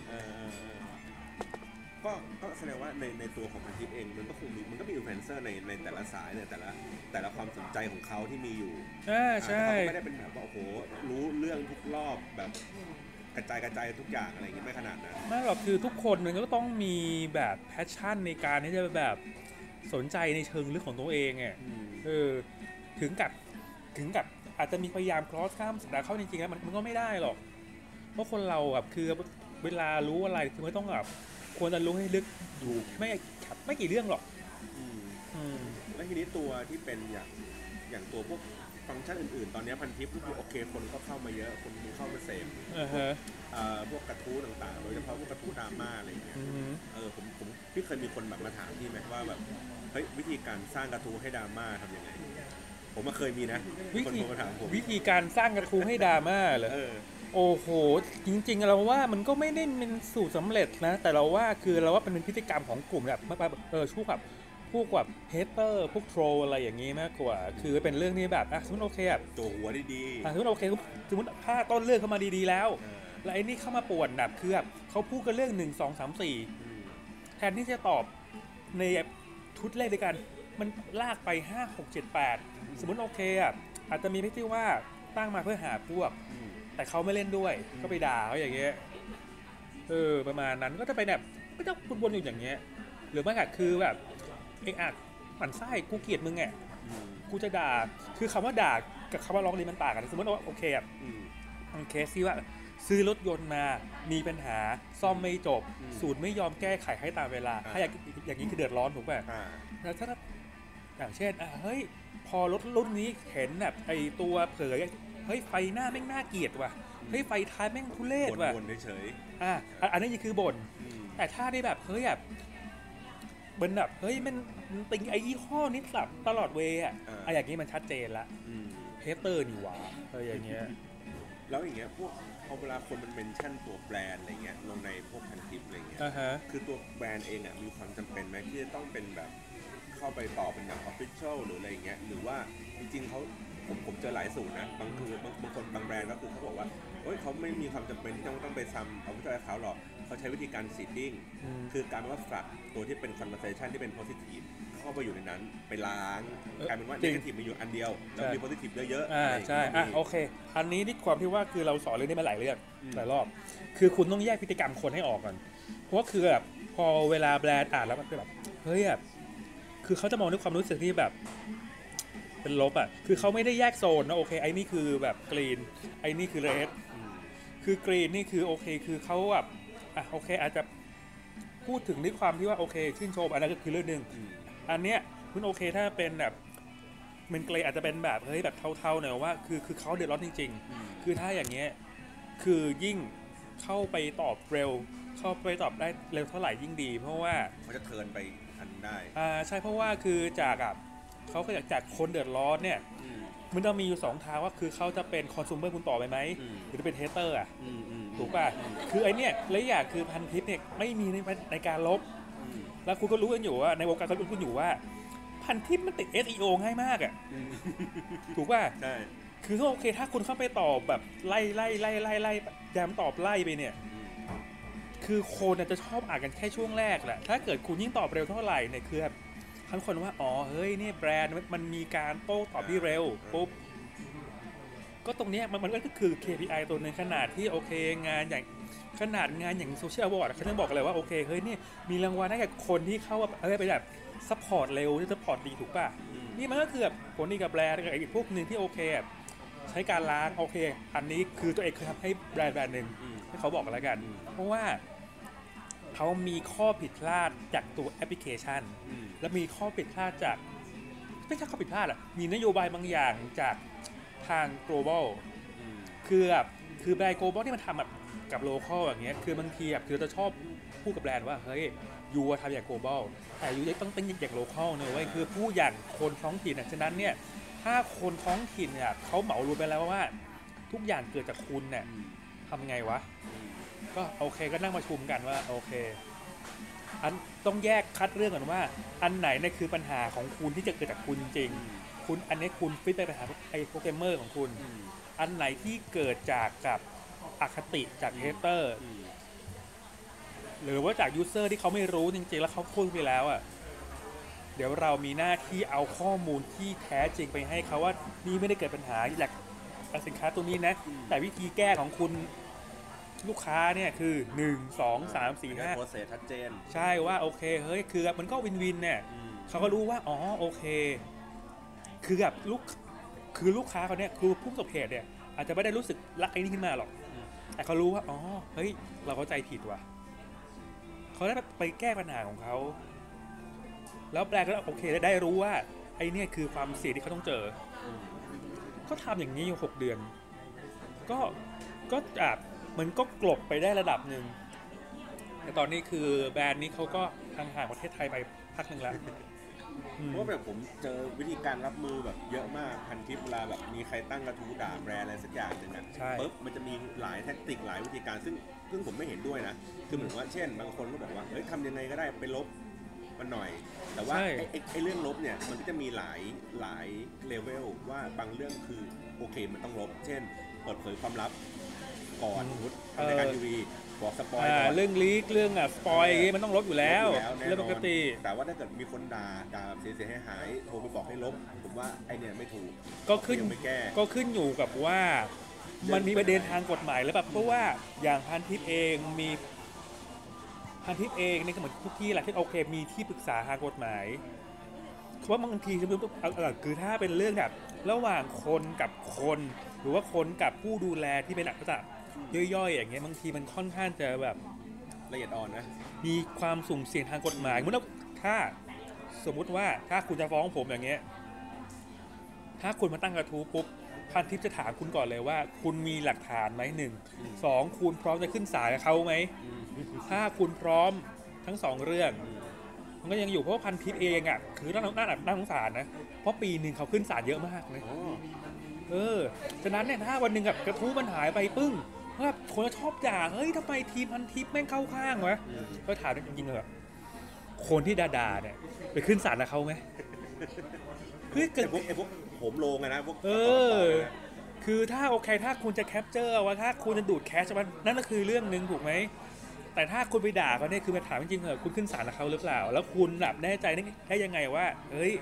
ก็แสดงว่าในตัวของพันทิปเองมันก็คงมีมันก็มีอินฟลูเอนเซอร์ในแต่ละสายเนี่ยแต่ละความสนใจของเขาที่มีอยู่ใช่เขาไม่ได้เป็นแบบว่าโอ้โหรู้เรื่องทุกรอบแบบกระจายทุกอย่างอะไรอย่างเงี้ยไม่ขนาดนั้นไม่หรอกคือทุกคนมันก็ต้องมีแบบแพชชั่นในการที่จะแบบสนใจในเชิงลึกของตัวเองถึงกับอาจจะมีพยายาม cross ข้ามแต่เข้าจริงๆแล้วมันก็ไม่ได้หรอกเพราะคนเราแบบคือเวลารู้อะไรคือไม่ต้องแบบควรจะรู้ให้ลึกอยู่ไม่กี่เรื่องหรอกแล้วทีนี้ตัวที่เป็นอย่างตัวพวกฟังก์ชันอื่นๆตอนนี้พันทิปก็คือโอเคคนก็เข้ามาเยอะคนเข้ามาเสพพวกกระทู้ต่างๆโดยเฉพาะพวกกระทู้ดราม่าอะไรอย่างเงี้ยผมพี่เคยมีคนแบบมาถามพี่ไหมว่าแบบเฮ้ยวิธีการสร้างกระทู้ให้ดราม่าทำยังไงผมเคยมีนะคนมาถามผมวิธีการสร้างกระทู้ให้ดราม่าเหรอโอ้โหจริงๆเราว่ามันก็ไม่ได้เป็นสูตรสำเร็จนะแต่เราว่าเป็นพฤติกรรมของกลุ่มแบบช่วงแบบพวกแบบเฮเตอร์พวกโทรอะไรอย่างงี้มากกว่าคือเป็นเรื่องนี้แบบสมมติโอเคตัวหัวดีๆสมมติโอเคสมมติถ้าต้นเรื่องเข้ามาดีๆแล้วแล้วไอ้นี่เข้ามาป่วนแบบคือแบบเขาพูดกันเรื่อง1 2 3 4แทนที่จะตอบในชุดเลขด้วยกันมันลากไป5 6 7 8สมมติโอเคอาจจะมีพิธีว่าตั้งมาเพื่อหาพวกแต่เขาไม่เล่นด้วยก็ไปด่าเขาอย่างเงี้ยประมาณนั้นก็จะไปแบบก็จะวนๆอยู่อย่างเงี้ยหรือไม่ก็คือแบบหมั่นไส้กูเกลียดมึงกูจะด่าคือคำว่าด่ากับคำว่าร้องเรียนมันต่างกันสมมติว่าโอเคเคสที่ว่าซื้อรถยนต์มามีปัญหาซ่อมไม่จบศูนย์ไม่ยอมแก้ไขให้ตามเวลาถ้าอย่างนี้คือเดือดร้อนถูกป่ะแล้วถ้าอย่างเช่นเฮ้ยพอรถรุ่นนี้เห็นแบบไอตัวเผยเฮ้ยไฟหน้าแม่งน่าเกลียดว่ะเฮ้ยไฟท้ายแม่งทุเรศว่ะบ่นเฉยอันนี้คือบ่นแต่ถ้าได้แบบเฮ้ยแบบแบบเฮ้ยมันติงไอ้ยี่ห้อนี้สับตลอดเวย์อย่างนี้มันชัดเจนละเฮเตอร์นี่หว่าอย่างเงี้ยแล้วอย่างเงี้ยพวกพอเวลาคนมันเมนชั่นตัวแบรนด์อะไรเงี้ยลงในพวกพันทิปอะไรเงี้ยคือตัวแบรนด์เองมีความจำเป็นไหมที่จะต้องเป็นแบบเข้าไปต่อเป็นแบบ official หรืออะไรเงี้ยหรือว่าจริงๆเขาผมเจอหลายสูตรนะบางคนบางแบรนด์ก็คือเขาบอกว่าเฮ้ยเขาไม่มีความจำเป็นที่ต้องไปซ้ำเอาวิจัยเขาหรอกเขาใช้วิธีการซีดดิ้งคือการว่าฝากตัวที่เป็น conversation ที่เป็น positive เข้าไปอยู่ในนั้นไปล้างกลายเป็นว่า negative มีอยู่อันเดียวแล้วมี positive เยอะๆใช่โอเคอันนี้ที่ความที่ว่าคือเราสอนเรื่องนี้มาหลายเรื่องหลายรอบคือคุณต้องแยกพฤติกรรมคนให้ออกก่อนเพราะว่าคือแบบพอเวลาแบรนด์แล้วมันแบบเฮ้ยคือเขาจะมองด้วยความรู้สึกที่แบบเป็นลบคือเขาไม่ได้แยกโซนนะโอเคไอ้นี่คือแบบกรีนไอ้นี่คือเรดคือกรีนนี่คือโอเคคือเขาแบบโอเคอาจจะพูดถึงด้วยความที่ว่าโอเคชื่นชมอันนั้นก็คือเรื่องนึงอันเนี้ยคุณโอเคถ้าเป็นแบบมันเกรย์อาจจะเป็นแบบเฮ้ยแบบเท่าๆหน่อยว่าคือเขาเดือดร้อนจริงๆคือถ้าอย่างเงี้ยคือยิ่งเข้าไปตอบเร็วเข้าไปตอบได้เร็วเท่าไหร่ยิ่งดีเพราะว่าเขาจะเทิร์นไปอันได้ใช่เพราะว่าคือเขาก็จากคนเดือดร้อนเนี่ยมันจะมีอยู่2ทางว่าคือเขาจะเป็นคอน sumer คุณต่อไปไหมหรือจะเป็นเฮเตอร์ถูกป่ะคือไอเนี่ยและอย่างคือพันทิปเนี่ยไม่มีในการลบแล้วคุณก็รู้กันอยู่ว่าในวงการก็รู้กันอยู่ว่าพันทิปมันติด SEO ง่ายมากถูกป่ะใช่คือโอเคถ้าคุณเข้าไปตอบแบบไล่ยามตอบไล่ไปเนี่ยคือคนจะชอบอ่านกันแค่ช่วงแรกแหละถ้าเกิดคุณยิ่งตอบเร็วเท่าไหร่เนี่ยคือทั้งคนว่าเฮ้ยนี่แบรนด์มันมีการโต้ตอบที่เร็วปุ๊บก็ตรงนี้มันก็คือ KPI ตัวนึงขนาดที่โอเคงานอย่างโซเชียลบอร์ดเขาจะบอกเลยว่าโอเคเฮ้ยนี่มีรางวัลให้กับคนที่เข้าไปแบบซัพพอร์ตเร็วที่ซัพพอร์ตดีถูกป่ะนี่มันก็คือแบบผลดีกับแบรนด์อีกพวกนึงที่โอเคใช้การล้างโอเคอันนี้คือตัวเองเคยทำให้แบรนด์นึงให้เขาบอกกันแล้วกันเพราะว่าเขามีข้อผิดพลาดจากตัวแอปพลิเคชันและมีข้อผิดพลาดจากไม่ใช่ข้อผิดพลาดมีนโยบายบางอย่างจากทาง global คือแบรนด์ global ที่มันทำแบบกับ local อย่างเงี้ยคือบางทีคือจะชอบพูดกับแบรนด์ว่าเฮ้ยยูทำอย่าง global แต่ยูต้องเป็นอย่าง local เนอะเว้ยคือพูดอย่างคนท้องถิ่นฉะนั้นเนี่ยถ้าคนท้องถิ่นเนี่ยเขาเหมารวมไปแล้วว่าทุกอย่างเกิดจากคุณเนี่ยทำไงวะก็โอเคก็นั่งประชุมกันว่าโอเคต้องแยกคัดเรื่องก่อนว่าอันไหนเนี่ยคือปัญหาของคุณที่จะเกิดจากคุณจริงคุณอันนี้คุณฟิตไปปัญหาไอ้โปรแกรมเมอร์ของคุณอันไหนที่เกิดจากกับอคติจากเฮเตอร์หรือว่าจากยูเซอร์ที่เขาไม่รู้จริงๆแล้วเขาพูดไปแล้วเดี๋ยวเรามีหน้าที่เอาข้อมูลที่แท้จริงไปให้เขาว่านี่ไม่ได้เกิดปัญหาจากสินค้าตัวนี้นะแต่วิธีแก้ของคุณลูกค้าเนี่ยคือ1 2 3 4 5 โปรเซสชัดเจนใช่ว่าโอเคเฮ้ยคือมันก็วินเนี่ยเขาก็รู้ว่าโอเคคือแบบลูกค้าเขาเนี่ยคือผู้ประสบเหตุเนี่ยอาจจะไม่ได้รู้สึกรักไอ้นี่ขึ้นมาหรอกแต่เขารู้ว่าเฮ้ยเราเข้าใจผิดว่ะเขาได้ไปแก้ปัญหาของเขาแล้วแปลก็โอเคได้รู้ว่าไอ้เนี่ยคือความเสี่ยงที่เขาต้องเจอเขาทำอย่างนี้อยู่6 เดือนก็มันก็กลบไปได้ระดับหนึ่งแต่ตอนนี้คือแบรนด์นี้เขาก็ห่างประเทศไทยไปพักหนึ่งแล้วเพราะแบบผมเจอวิธีการรับมือแบบเยอะมากพันทิปเวลาแบบมีใครตั้งกระทู้ด่าแบรนด์อะไรสักอย่างหนึ่งอ่ะใช่ปุ๊บมันจะมีหลายแท็กติกหลายวิธีการซึ่งผมไม่เห็นด้วยนะคือเหมือนว่าเช่น บางคนก็บอกว่าเฮ้ยทำยังไงก็ได้ไปลบมันหน่อย แต่ว่าไอ้เรื่องลบเนี่ยมันก็จะมีหลายเลเวลว่าบางเรื่องคือโอเคมันต้องลบ เช่นเปิดเผยความลับก่อนทำรายการทีวีบอกสปอยก่อนเรื่องลีกเรื่องสปอยมันต้องลบอยู่แล้วเรื่องปกติแต่ว่าถ้าเกิดมีคนด่าเสียหายโทรไปบอกให้ลบผมว่าไอเนี่ยไม่ถูกก็ขึ้นยังไม่แก้ก็ขึ้นอยู่กับว่ามันมีประเด็นทางกฎหมายแล้วแบบเพราะว่าอย่างพันทิปเองนี่ก็เหมือนทุกที่แหละที่โอเคมีที่ปรึกษาทางกฎหมายเพราะว่าบางทีคือถ้าเป็นเรื่องแบบระหว่างคนกับคนหรือว่าคนกับผู้ดูแลที่เป็นหลักประจักษ์ย่อยๆอย่างเงี้ยบางทีมันค่อนข้างจะแบบละเอียดอ่อนนะมีความสุ่มเสี่ยงทางกฎหมายสมมติว่าสมมุติว่าถ้าคุณจะฟ้องผมอย่างเงี้ยถ้าคุณมาตั้งกระทู้ปุ๊บพันทิปจะถามคุณก่อนเลยว่าคุณมีหลักฐานไหม1 2คุณพร้อมจะขึ้นศาลกับเขาไหมถ้าคุณพร้อมทั้ง2 เรื่องมันก็ยังอยู่เพราะว่าพันทิปเองอ่ะคือน่าสงสารนะเพราะปีหนึ่งเขาขึ้นศาลเยอะมากเลยฉะนั้นเนี่ยถ้าวันหนึ่งกับกระทู้มันหายไปปึ้งว่าคนชอบด่าเฮ้ยทำไมทีมพันทิปแม่งเข้าข้างวะก็ถามจริงๆเลยคนที่ด่าเนี่ยไปขึ้นศาลกับเขาไหมเฮ้ยไอ้พวกผมโลงอะนะพวกคือถ้าโอเคถ้าคุณจะแคปเจอร์ว่าถ้าคุณจะดูดแคชมันนั่นก็คือเรื่องนึงถูกไหมแต่ถ้าคุณไปด่าเขาเนี่ยคือมาถามจริงๆเหรอคุณขึ้นศาลกับเขาหรือเปล่าแล้วคุณแบบแน่ใจได้ยังไงว่าเฮ้ย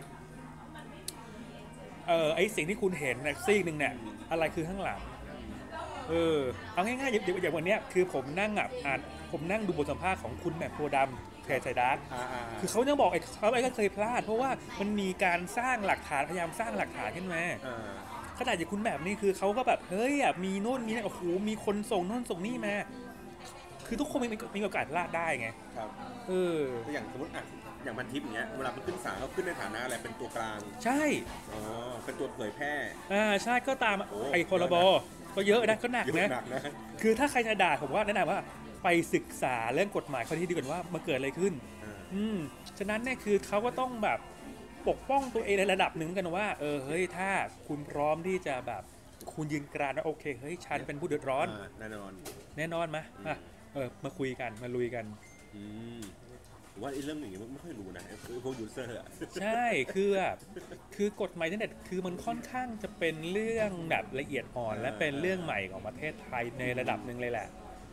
ไอสิ่งที่คุณเห็นเนี่ยซีกนึงเนี่ยอะไรคือข้างหลังเอาง่ายๆอย่างวันนี้คือผมนั่งผมนั่งดูบทสัมภาษณ์ของคุณแหม่มโพธิ์ดำแพรใจดาร์กคือเขายังบอกเขาก็เคยพลาดเพราะว่ามันมีการสร้างหลักฐานพยายามสร้างหลักฐานขึ้นมาขนาดอย่างคุณแบบนี้คือเขาก็แบบเฮ้ยมีโน่นมีนี่โอ้โหมีคนส่งโน่นส่งนี่มาคือทุกคนมีโอกาสพลาดได้ไงครับอย่างสมมติอย่างพันทิปอย่างเงี้ยเวลามันขึ้นศาลเขาขึ้นในฐานะอะไรเป็นตัวกลางใช่เป็นตัวเผยแพร่ใช่ก็ตามไอ้พรบก็เยอะนะก็หนักนะคือถ้าใครจะด่าผมว่าแนะนำว่าไปศึกษาเรื่องกฎหมายข้อที่ดีก่อนว่ามันเกิดอะไรขึ้นฉะนั้นเนี่ยคือเขาก็ต้องแบบปกป้องตัวเองในระดับหนึ่งกันว่าเฮ้ยถ้าคุณพร้อมที่จะแบบคุณยืนกรานว่าโอเคเฮ้ยฉันเป็นผู้เดือดร้อนแน่นอนไหมมาคุยกันมาลุยกันว่าไอ้เรื่องอย่างนี้ไม่ค่อยรู้นะพวกยูเซอร์ใช่คือกฎหมายอินเทอร์เน็ตคือมันค่อนข้างจะเป็นเรื่องแบบละเอียดอ่อนและเป็นเรื่องใหม่ของประเทศไทยในระดับหนึ่งเลยแหละ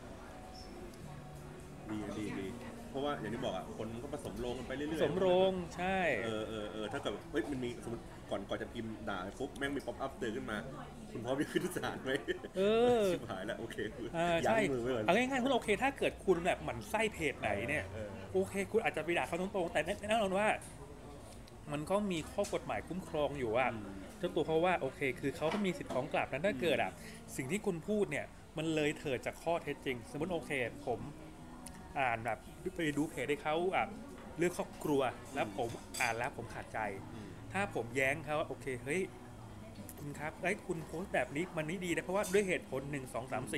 ดีเพราะว่าอย่างที่บอกอ่ะคนก็ผสมโรงกันไปเรื่อยๆผสมโรงใช่ถ้าเกิดเฮ้ยมันมีสมมติก่อนจะพิมพ์ด่าปุ๊บแม่งมีป๊อปอัพเตือนขึ้นมาคุณพร้อมจะขึ้นศาลไหมชิบหายแล้วโอเคใช่เอาง่ายๆคุณโอเคถ้าเกิดคุณแบบหมั่นไส้เพจไหนเนี่ยโอเคคุณอาจจะไปด่าเขาตรงๆแต่แน่นอนว่ามันก็มีข้อกฎหมายคุ้มครองอยู่ว่าเจ้าตัวเขาว่าโอเคคือเขาก็มีสิทธิ์ฟ้องกลับนั้นถ้าเกิดสิ่งที่คุณพูดเนี่ยมันเลยเถิดจากข้อเท็จจริงสมมติโอเคผมอ่านแบบไปดูเพจให้เขาเรื่องครอบครัวแล้วผมอ่านแล้วผมขาดใจถ้าผมแย้งเขาโอเคเฮ้ยคุณครับคุณโพสต์แบบนี้มันไม่ดีนะเพราะว่าด้วยเหตุผล1 2 3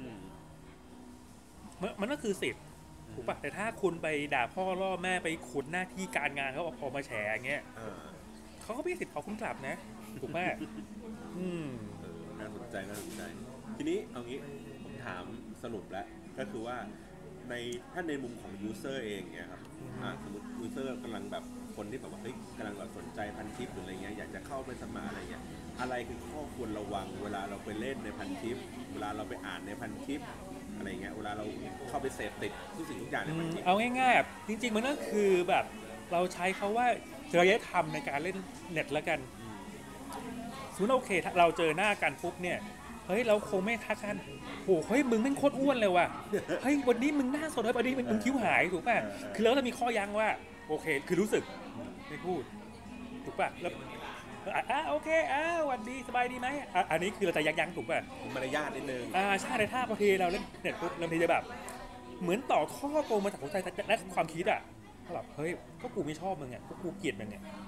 4มันก็คือสิทธิ์ถูกปะแต่ถ้าคุณไปด่าพ่อล่อแม่ไปขุดหน้าที่การงานเขาออกมาแฉอย่างเงี้ยเขาก็มีสิทธิ์ขอคุณกลับนะถูกไหมน่าสนใจทีนี้เอางี้ผมถามสรุปแล้วก็คือว่าถ้าในมุมของยูเซอร์เองเนี่ยครับสมมติยูเซอร์กำลังแบบคนที่แบบว่าเฮ้ยกำลังแบบสนใจพันทิปหรืออะไรเงี้ยอยากจะเข้าไปสมัครอะไรเงี้ยอะไรคือข้อควรระวังเวลาเราไปเล่นในพันทิปเวลาเราไปอ่านในพันทิปอะไรเงี้ยเวลาเราเข้าไปเสพติดทุกสิ่งทุกอย่างในพันทิปเอาง่ายๆจริงๆมันก็คือแบบเราใช้เขาว่าจริยธรรมในการเล่นเน็ตแล้วกันสมมติโอเคเราเจอหน้ากันปุ๊บเนี่ยเฮ้ยเราคงไม่ทักกันโอ้เฮ้ยมึงแม่งโคตรอ้วนเลยว่ะเฮ้ยวันนี้มึงหน้าสดเลยวันนี้มึงคิ้วหายถูกป่ะคือเราจะมีข้อยั้งว่าโอเคคือรู้สึกไม่พูดถูกป่ะแล้วโอเควันดีสบายดีไหมอันนี้คือเราจะยั้งถูกป่ะมารยาทนิดนึงใช่ในท่าพอทีเราเล่นเน็ตปุ๊บเราทีจะแบบเหมือนต่อข้อโกงมาจากหัวใจและความคิดแบบเฮ้ยก็กูไม่ชอบมึงอ่ะก็กูเกลียดมึงเนี่ย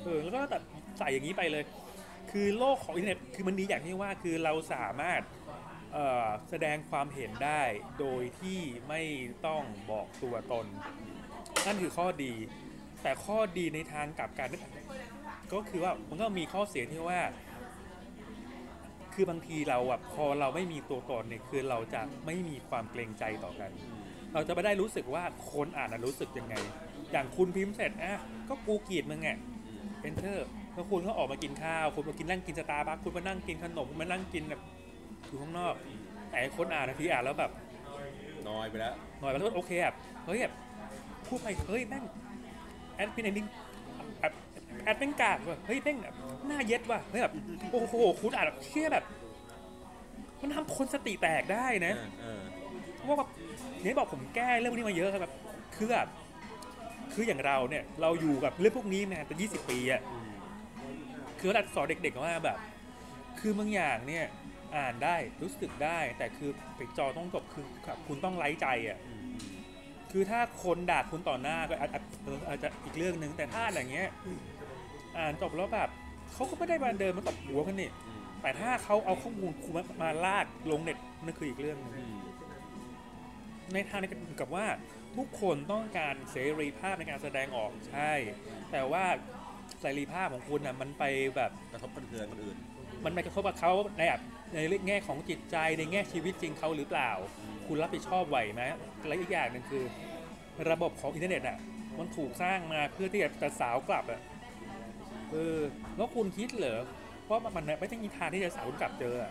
แล้วก็ตัดใส่อย่างนี้ไปเลยคือโลกของอินเทอร์เน็ตคือมันดีอย่างที่ว่าคือเราสามารถแสดงความเห็นได้โดยที่ไม่ต้องบอกตัวตนนั่นคือข้อดีแต่ข้อดีในทางกลับกันก็คือว่ามันก็มีข้อเสียที่ว่าคือบางทีเราพอเราไม่มีตัวตนเนี่ยคือเราจะไม่มีความเกรงใจต่อกันเราจะไม่ได้รู้สึกว่าคนอ่านรู้สึกยังไงอย่างคุณพิมพ์เสร็จก็กูเกลียดมึงenter แล้วคุณก็ออกมากินข้าวคุณมากินนั่งกินสตาร์บัคคุณมานั่งกินขนมคุณมานั่งกินแบบอยู่ข้างนอกแต่คนอ่านทีอ่านแล้วแบบนอยไปแล้วโอเคเฮ้ยพูดไปเฮ้ยแม่งแอดเป็นดิ้งแอดเป็นกากว่ะเฮ้ยแม่งหน้าเย็ดว่ะเฮ้ยแบบโอ้โหคุณอ่านแบบเชี่ยแบบมันทำคนสติแตกได้นะเพราะว่าแบบเนี่ยบอกผมแก้เรื่องพวกนี้มาเยอะครับแบบคืออย่างเราเนี่ยเราอยู่กับเรื่องพวกนี้มาเป็น20 ปีคือเราสอนเด็กๆว่าแบบคือบางอย่างเนี่ยอ่านได้รู้สึกได้แต่คือปิดจอต้องจบคือคุณต้องไร้ใจคือถ้าคนด่าคุณต่อหน้าก็อาจจะอีกเรื่องนึงแต่ถ้าอย่างเงี้ยอ่านจบแล้วแบบเขาก็ไม่ได้มาเดินมาตบหัวกันนี่แต่ถ้าเขาเอาข้อมูลคุณมาลากลงเน็ตนั่นคืออีกเรื่องนึงในทางนี้กับว่าทุกคนต้องการเสรีภาพในการแสดงออกใช่แต่ว่าเสรีภาพของคุณมันไปแบบกระทบกระเทือนคนอื่นมันไปกระทบกับเขาในแง่ของจิตใจในแง่ชีวิตจริงเขาหรือเปล่าคุณรับผิดชอบไหวไหมและอีกอย่างนึงคือระบบของอินเทอร์เน็ตมันถูกสร้างมาเพื่อที่จะสาวกลับแล้วคุณคิดเหรอเพราะมันไม่ใช่มีทางที่จะสาวกลับเจอ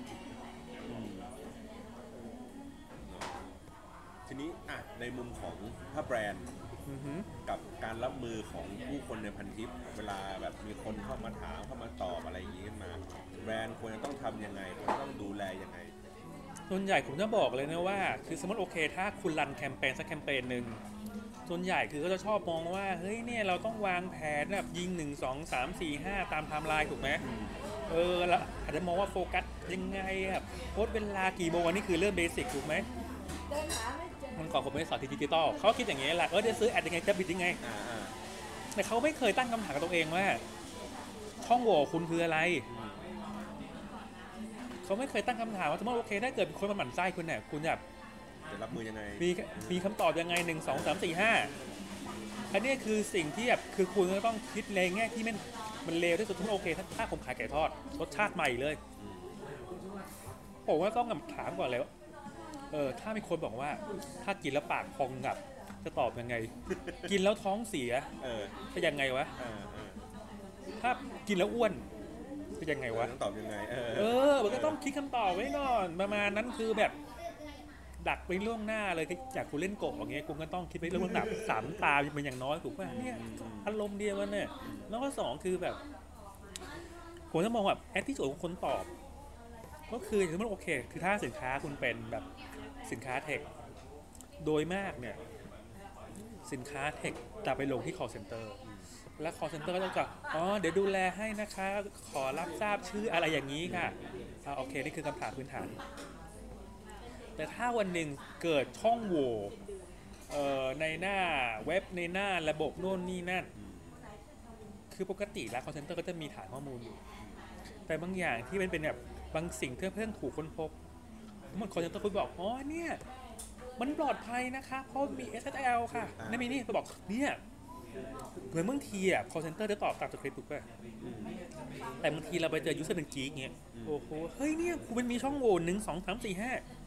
ทีนี้ในมุมของถ้าแบรนด์กับการรับมือของผู้คนในพันทิปเวลาแบบมีคนเข้ามาถามเข้ามาตอบอะไรอย่างนี้มาแบรนด์ควรจะต้องทำยังไงควรต้องดูแลยังไงส่วนใหญ่ผมจะบอกเลยนะว่าคือสมมติโอเคถ้าคุณรันแคมเปญสักแคมเปญหนึ่งส่วนใหญ่คือก็จะชอบมองว่าเฮ้ยเนี่ยเราต้องวางแผนแบบยิง1 2 3 4 5ตามไทม์ไลน์ถูกไหมแล้วอาจจะมองว่าโฟกัสยังไงโพสเวลากี่โมงอันนี้คือเรื่องเบสิกถูกไหมมันก่อนผมไม่สอนดิจิตอลเขาคิดอย่างนี้แหละจะซื้อแอดยังไงจะบิดยังไงแต่เขาไม่เคยตั้งคำถามกับตัวเองว่าช่องโหว่คุณคืออะไรเขาไม่เคยตั้งคำถามว่าสมมติโอเคถ้าเกิดคนมาหมั่นไส้คุณเนี่ยคุณจะรับมือยังไงมีคำตอบยังไง1 2 3 4 5อันนี้คือสิ่งที่แบบคือคุณก็ต้องคิดในแง่ที่มันเลวที่สุดทุกโอเคถ้าผมขายไก่ทอดรสชาติใหม่เลยผมว่าต้องถามก่อนเลยว่าถ้ามีคนบอกว่าถ้ากินแล้วปากพองงับจะตอบยังไงกินแล้วท้องเสียจะยังไงวะถ้ากินแล้วอ้วนจะยังไงวะตอบยังไงมันก็ต้องคิดคำตอบไว้ก่อนประมาณนั้นคือแบบดักไปล่วงหน้าเลยจากคุณเล่นโกะอย่างเงี้ยคุณก็ต้องคิดไปเรื่องหนัก3 ตาเป็นอย่างน้อยถูกป่ะเนี่ยอารมณ์เดียวกันเนี่ยแล้วก็2คือแบบผมจะมองแบบแอททิจูดของคนตอบก็คือสมมติโอเคคือถ้าสินค้าคุณเป็นแบบสินค้าเทคโดยมากเนี่ยสินค้าเทคจะไปลงที่ call center และ call center ก็จะเดี๋ยวดูแลให้นะคะขอรับทราบชื่ออะไรอย่างนี้ค่ะโอเคนี่คือคำถามพื้นฐานแต่ถ้าวันหนึ่งเกิดช่องโหว่ในหน้าเว็บในหน้าระบบโน่นนี่นั่นคือปกติแล้ว call center ก็จะมีฐานข้อมูลอยู่แต่บางอย่างที่มันเป็นแบบบางสิ่งที่เพิ่งถูกค้นพบมันcall center คุณบอกเนี่ยมันปลอดภัยนะคะเพราะมี SSL ค่ะนั่นมีนี่เขาบอกเนี่ยเหมือนบางทีcall center จะตอบตามสคริปต์ถูกป่ะแต่บางทีเราไปเจอ user เป็นกิ๊กเงี้ยโอ้โหเฮ้ยเนี่ยคุณมันมีช่องโหว่1 2 3 4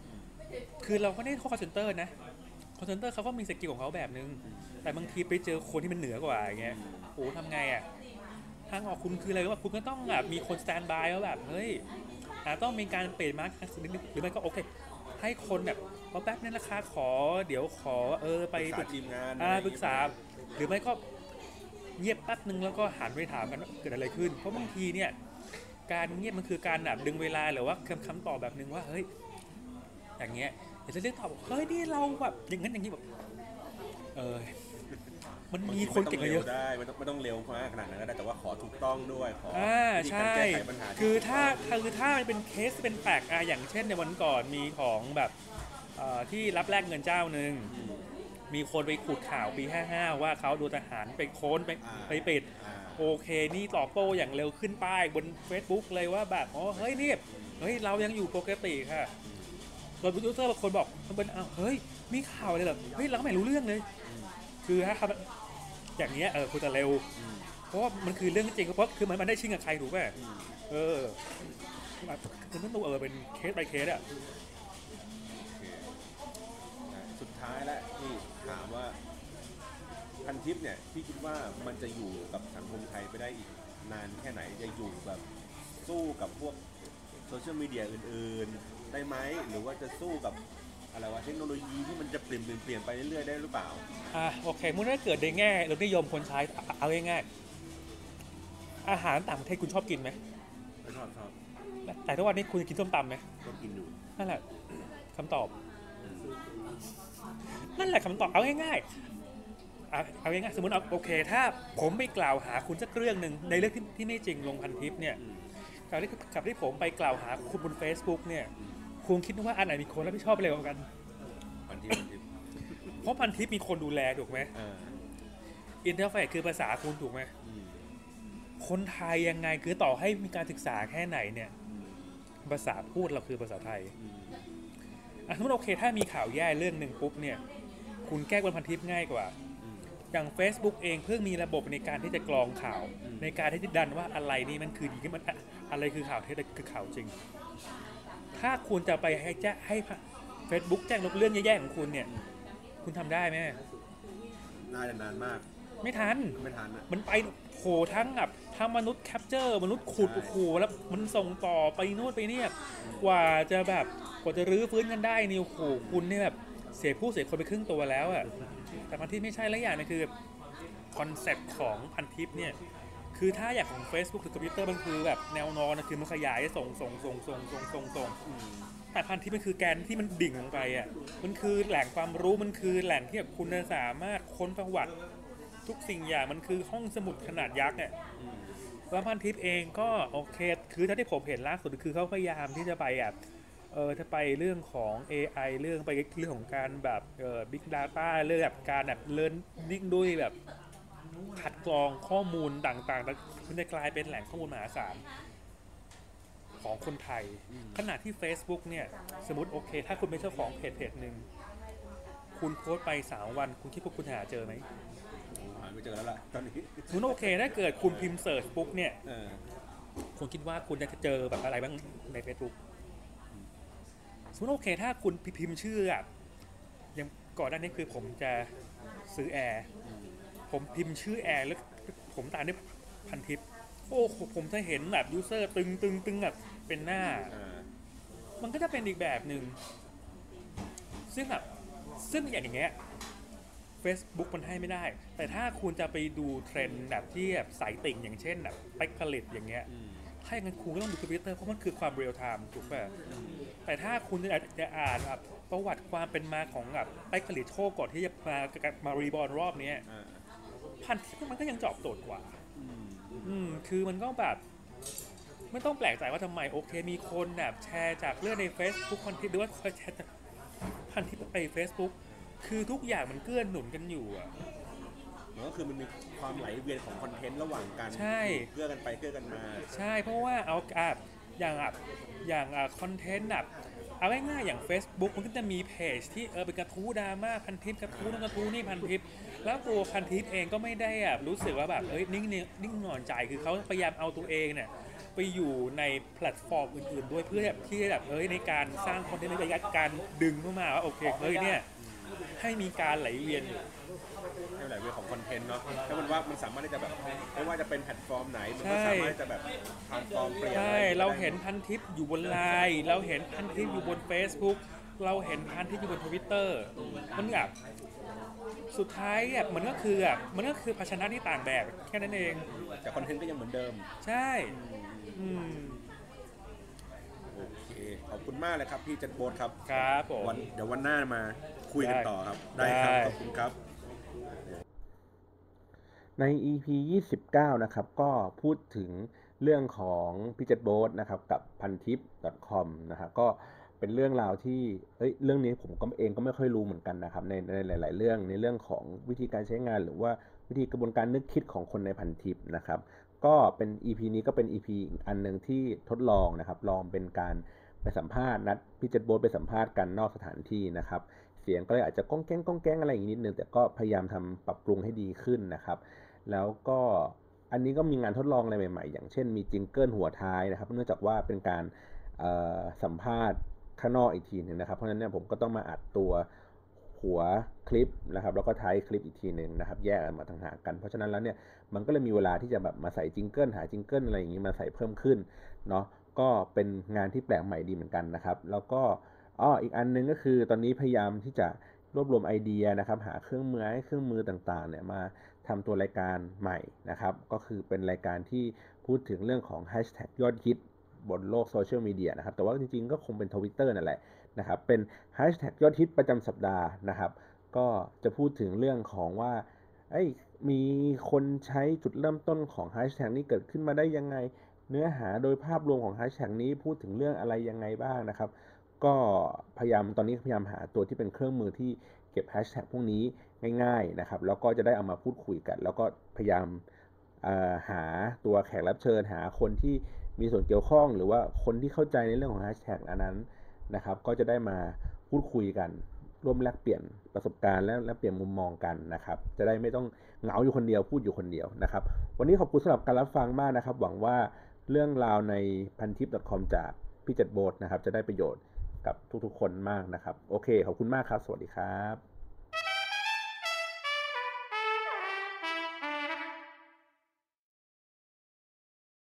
5คือเราก็ได้call center นะcall center เขาก็มีสกิลของเขาแบบนึงแต่บางทีไปเจอคนที่มันเหนือกว่าอย่างเงี้ยโอ้ทำไงทางออกคุณคืออะไรว่าคุณก็ต้องแบบมีคนสแตนด์บายว่าแบบเฮ้ยต้องมีการเปลี่ยนมาร์คหรือไม่ก็โอเคให้คนแบบแป๊บนึงนะคะเดี๋ยวขอไปปรึกษาทีมงานปรึกษาหรือไม่ก็เงียบแป๊บนึงแล้วก็หันไปถามกันว่าเกิดอะไรขึ้นเพราะบางทีเนี่ยการเงียบมันคือการแบบดึงเวลาหรือว่าคำตอบแบบนึงว่าเฮ้ยอย่างเงี้ยเดี๋ยวจะเรียกตอบเฮ้ยนี่เราแบบอย่างนั้นอย่างนี้แบบมันมีคนเก่งเยอะได้ไม่ต้องเร็วมากขนาดนั้นก็ได้แต่ว่าขอถูกต้องด้วยขอใช่คือถ้ามันเป็นเคสเป็นแปลกอย่างเช่นในวันก่อนมีของแบบที่รับแลกเงินเจ้านึงมีคนไปขุดข่าวปี55ว่าเขาโดนทหารไปค้นไปปิดโอเคนี่ตอบโต้อย่างเร็วขึ้นป้ายบน Facebook เลยว่าแบบอ๋อเฮ้ยนี่เฮ้ยเรายังอยู่ปกติค่ะโดยยูเซอร์บางคนบอกมันเป็นเฮ้ยมีข่าวเลยเหรอเฮ้ยเราก็ไม่รู้เรื่องเลยคือถ้าทำอย่างเงี้ยคุณจะเร็วเพราะว่ามันคือเรื่องจริงเพราะคือมันได้ชิงกับใครถูกป่ะมันต้องดูเป็นเคส by เคสอะสุดท้ายแล้วที่ถามว่าพันทิปเนี่ยพี่คิดว่ามันจะอยู่กับสังคมไทยไปได้อีกนานแค่ไหนจะอยู่แบบสู้กับพวกโซเชียลมีเดียอื่นๆได้ไหมหรือว่าจะสู้กับอะไรวะเทคโนโลยีที่มันจะเปลี่ยนไปเรื่อยๆได้หรือเปล่าโอเคเมื่อถ้าเกิดในแง่รสนิยมคนใช้เอาง่ายๆอาหารต่างประเทศคุณชอบกินไหมชอบแต่ทุกวันนี้คุณกินส้มตำไหมก็กินอยู่นั่นแหละคำตอบนั่นแหละคำตอบเอาง่ายๆสมมติโอเคถ้าผมไปกล่าวหาคุณสักเรื่องหนึ่งในเรื่องที่ไม่จริงลงพันทิปเนี่ยกับที่ผมไปกล่าวหาคุณบน Facebook เนี่ยคุณคิดว่าอันไหนมีคนรับผิดชอบเร็วกันพันทิปเพราะพันทิปมีคนดูแลถูกไหมอินเทอร์เฟซคือภาษาคุณถูกไหมคนไทยยังไงคือต่อให้มีการศึกษาแค่ไหนเนี่ยภาษาพูดเราคือภาษาไทยสมมติโอเคถ้ามีข่าวแย่เรื่องหนึ่งปุ๊บเนี่ยคุณแก้บนพันทิปง่ายกว่าอย่าง Facebook เองเพิ่งมีระบบในการที่จะกรองข่าวในการที่จะดันว่าอะไรนี่มันคือดีขึ้นมันอะไรคือข่าวเท็จคือข่าวจริงถ้าคุณจะไปให้ Facebook แจ้งลบเรื่องแย่ๆของคุณเนี่ยคุณทำได้ไหมน่าจะนานมากไม่ทันมันไปโหทั้งแบบทั้งมนุษย์แคปเจอร์มนุษย์ขุดโอ้โหแล้วมันส่งต่อไปนู่นไปเนี่ยกว่าจะรื้อฟื้นกันได้นี่โอ้โหคุณเนี่ยแบบเสียคนไปครึ่งตัวแล้วอ่ะแต่พันทิปไม่ใช่แล้วอย่างนึงคือคอนเซ็ปต์ของพันทิปเนี่ยคือถ้าอย่างของ Facebook หรือคอมพิวเตอร์มันคือแบบแนวนอนนะคือมันขยายส่งแต่พันทิปมันคือแกนที่มันดิ่งลงไปอ่ะมันคือแหล่งความรู้มันคือแหล่งที่แบบคุณสามารถค้นประวัติทุกสิ่งอย่างมันคือห้องสมุดขนาดยักษ์เนี่ยแล้วพันทิปเองก็โอเคคือถ้าที่ผมเห็นล่าสุดคือเขาพยายามที่จะไปถ้าไปเรื่องของ AI เรื่องของการแบบBig Data เรื่องแบบการแบบ Learning ด้วยแบบคัดกรองข้อมูลต่างๆมันจะกลายเป็นแหล่งข้อมูลมหาศาลของคนไทยขณะที่ Facebook เนี่ยสมมติโอเคถ้าคุณเป็นเจ้าของเพจหนึ่งคุณโพสต์ไป3 วันคุณคิดว่าคุณหาเจอไหมไม่เจอแล้วล่ะตอนนี้คุณโอเคถ้าเกิดคุณพิมพ์เสิร์ชปุ๊บเนี่ยคุณคิดว่าคุณจะเจอแบบอะไรบ้างใน Facebook สมมติโอเคถ้าคุณพิมพ์ชื่ออย่างก่อนหน้านี้คือผมจะซื้อแอร์ผมพิมพ์ชื่อแอร์แล้วผมตามด้วยพันทิปโอ้ผมจะเห็นแบบยูเซอร์ตึงแบบเป็นหน้ามันก็จะเป็นอีกแบบหนึ่งซึ่งอย่างเงี้ยFacebook มันให้ไม่ได้แต่ถ้าคุณจะไปดูเทรนด์แบบที่แบบสายติ่งอย่างเช่นแบบเต็กผลิตอย่างเงี้ยถ้าอย่างนั้นคุณก็ต้องดู Twitter เพราะมันคือความเรียลไทม์ถูกป่ะแต่ถ้าคุณจะอ่านแบบประวัติความเป็นมาของแบบเต็กผลิตโชคก่อนที่จะมารีบอร์นรอบนี้พันทิปมันก็ยังเจาะโจทย์กว่าคือมันก็แบบไม่ต้องแปลกใจว่าทำไมโอเคมีคนแบบแชร์จากเรื่องใน Facebook พันทิปหรือว่าแชร์จากพันทิปไป Facebookคือทุกอย่างมันเกื้อหนุนกันอยู่มันก็คือมันมีความไหลเวียนของคอนเทนต์ระหว่างกันใช่เกื้อกันไปเกื้อกันมาใช่เพราะว่าอย่างคอนเทนต์เอาง่ายๆอย่าง Facebook มันก็จะมีเพจที่เป็นกระทู้ดราม่าพันทิปกระทู้นี่พันทิปแล้วตัวพันทิปเองก็ไม่ได้รู้สึกว่าแบบนิ่งนอนใจคือเขาพยายามเอาตัวเองเนี่ยไปอยู่ในแพลตฟอร์มอื่นๆด้วยเพื่อที่แบบในการสร้างคอนเทนต์ในระยะการดึงเข้ามาว่าโอเคเนี่ยให้มีการไหลเวียนอยู่ให้ไหลเวียนของคอนเทนต์เนาะถ้ามันว่ามันสามารถที่จะแบบไม่ว่าจะเป็นแพลตฟอร์มไหนมันก็สามารถจะแบบทรานส์ฟอร์มเปลี่ยนใช่เราเห็นพันทิปอยู่บนไลน์เราเห็นพันทิปอยู่บน Facebook เราเห็นพันทิปอยู่บน Twitter มันแบบสุดท้ายมันก็คือภาชนะที่ต่างแบบแค่นั้นเองแต่คอนเทนต์ก็ยังเหมือนเดิมใช่โอเคขอบคุณมากเลยครับพี่จันโบ๊ทครับครับผมเดี๋ยววันหน้ามาคุยกันต่อครับได้ครับขอบคุณครับใน EP 29นะครับก็พูดถึงเรื่องของพี่จันโบ๊ทนะครับกับพันทิป .com นะครับก็เป็นเรื่องราวที่เรื่องนี้ผมก็เองก็ไม่ค่อยรู้เหมือนกันนะครับในหลายๆเรื่องในเรื่องของวิธีการใช้งานหรือว่าวิธีกระบวนการนึกคิดของคนในพันทิปนะครับก็เป็น EP นี้ก็เป็น EP อีกอันหนึ่งที่ทดลองนะครับลองเป็นการไปสัมภาษณ์นัดพี่เจ็ดโบ๊ทไปสัมภาษณ์กันนอกสถานที่นะครับเสียงก็เลยอาจจะก้องแก้งอะไรอย่างนี้นิดนึงแต่ก็พยายามทำปรับปรุงให้ดีขึ้นนะครับแล้วก็อันนี้ก็มีงานทดลองอะไรใหม่ๆอย่างเช่นมีจิงเกิลหัวท้ายนะครับเนื่องจากว่าเป็นการสัมภาษณ์ข้างนอกอีกทีหนึ่งนะครับเพราะฉะนั้นเนี่ยผมก็ต้องมาอัดตัวหัวคลิปนะครับแล้วก็ท้ายคลิปอีกทีหนึ่งนะครับแยกมาต่างหากกันเพราะฉะนั้นแล้วเนี่ยมันก็เลยมีเวลาที่จะแบบมาใส่จิงเกิลหาจิงเกิลอะไรอย่างนี้มาใส่เพิ่มขึ้นเนาะก็เป็นงานที่แปลกใหม่ดีเหมือนกันนะครับแล้วก็อีกอันนึงก็คือตอนนี้พยายามที่จะรวบรวมไอเดียนะครับหาเครื่องมือต่างๆเนี่ยมาทำตัวรายการใหม่นะครับก็คือเป็นรายการที่พูดถึงเรื่องของแฮชแท็กยอดฮิตบนโลกโซเชียลมีเดียนะครับแต่ว่าจริงๆก็คงเป็น Twitter นั่นแหละนะครับเป็นแฮชแท็กยอดฮิตประจำสัปดาห์นะครับก็จะพูดถึงเรื่องของว่ามีคนใช้จุดเริ่มต้นของแฮชแท็กนี้เกิดขึ้นมาได้ยังไงเนื้อหาโดยภาพรวมของแฮชแท็กนี้พูดถึงเรื่องอะไรยังไงบ้างนะครับก็ตอนนี้พยายามหาตัวที่เป็นเครื่องมือที่เก็บแฮชแท็กพวกนี้ง่ายๆนะครับแล้วก็จะได้เอามาพูดคุยกันแล้วก็พยายามหาตัวแขกรับเชิญหาคนที่มีส่วนเกี่ยวข้องหรือว่าคนที่เข้าใจในเรื่องของแฮชแท็กอันนั้นนะครับก็จะได้มาพูดคุยกันร่วมแลกเปลี่ยนประสบการณ์และเปลี่ยนมุมมองกันนะครับจะได้ไม่ต้องเหงาอยู่คนเดียวพูดอยู่คนเดียวนะครับวันนี้ขอบคุณสำหรับการรับฟังมากนะครับหวังว่าเรื่องราวในพันทิป .com จากพี่เจ็ดโบ๊ทนะครับจะได้ประโยชน์กับทุกๆคนมากนะครับโอเคขอบคุณมากครับสวัสดีครับ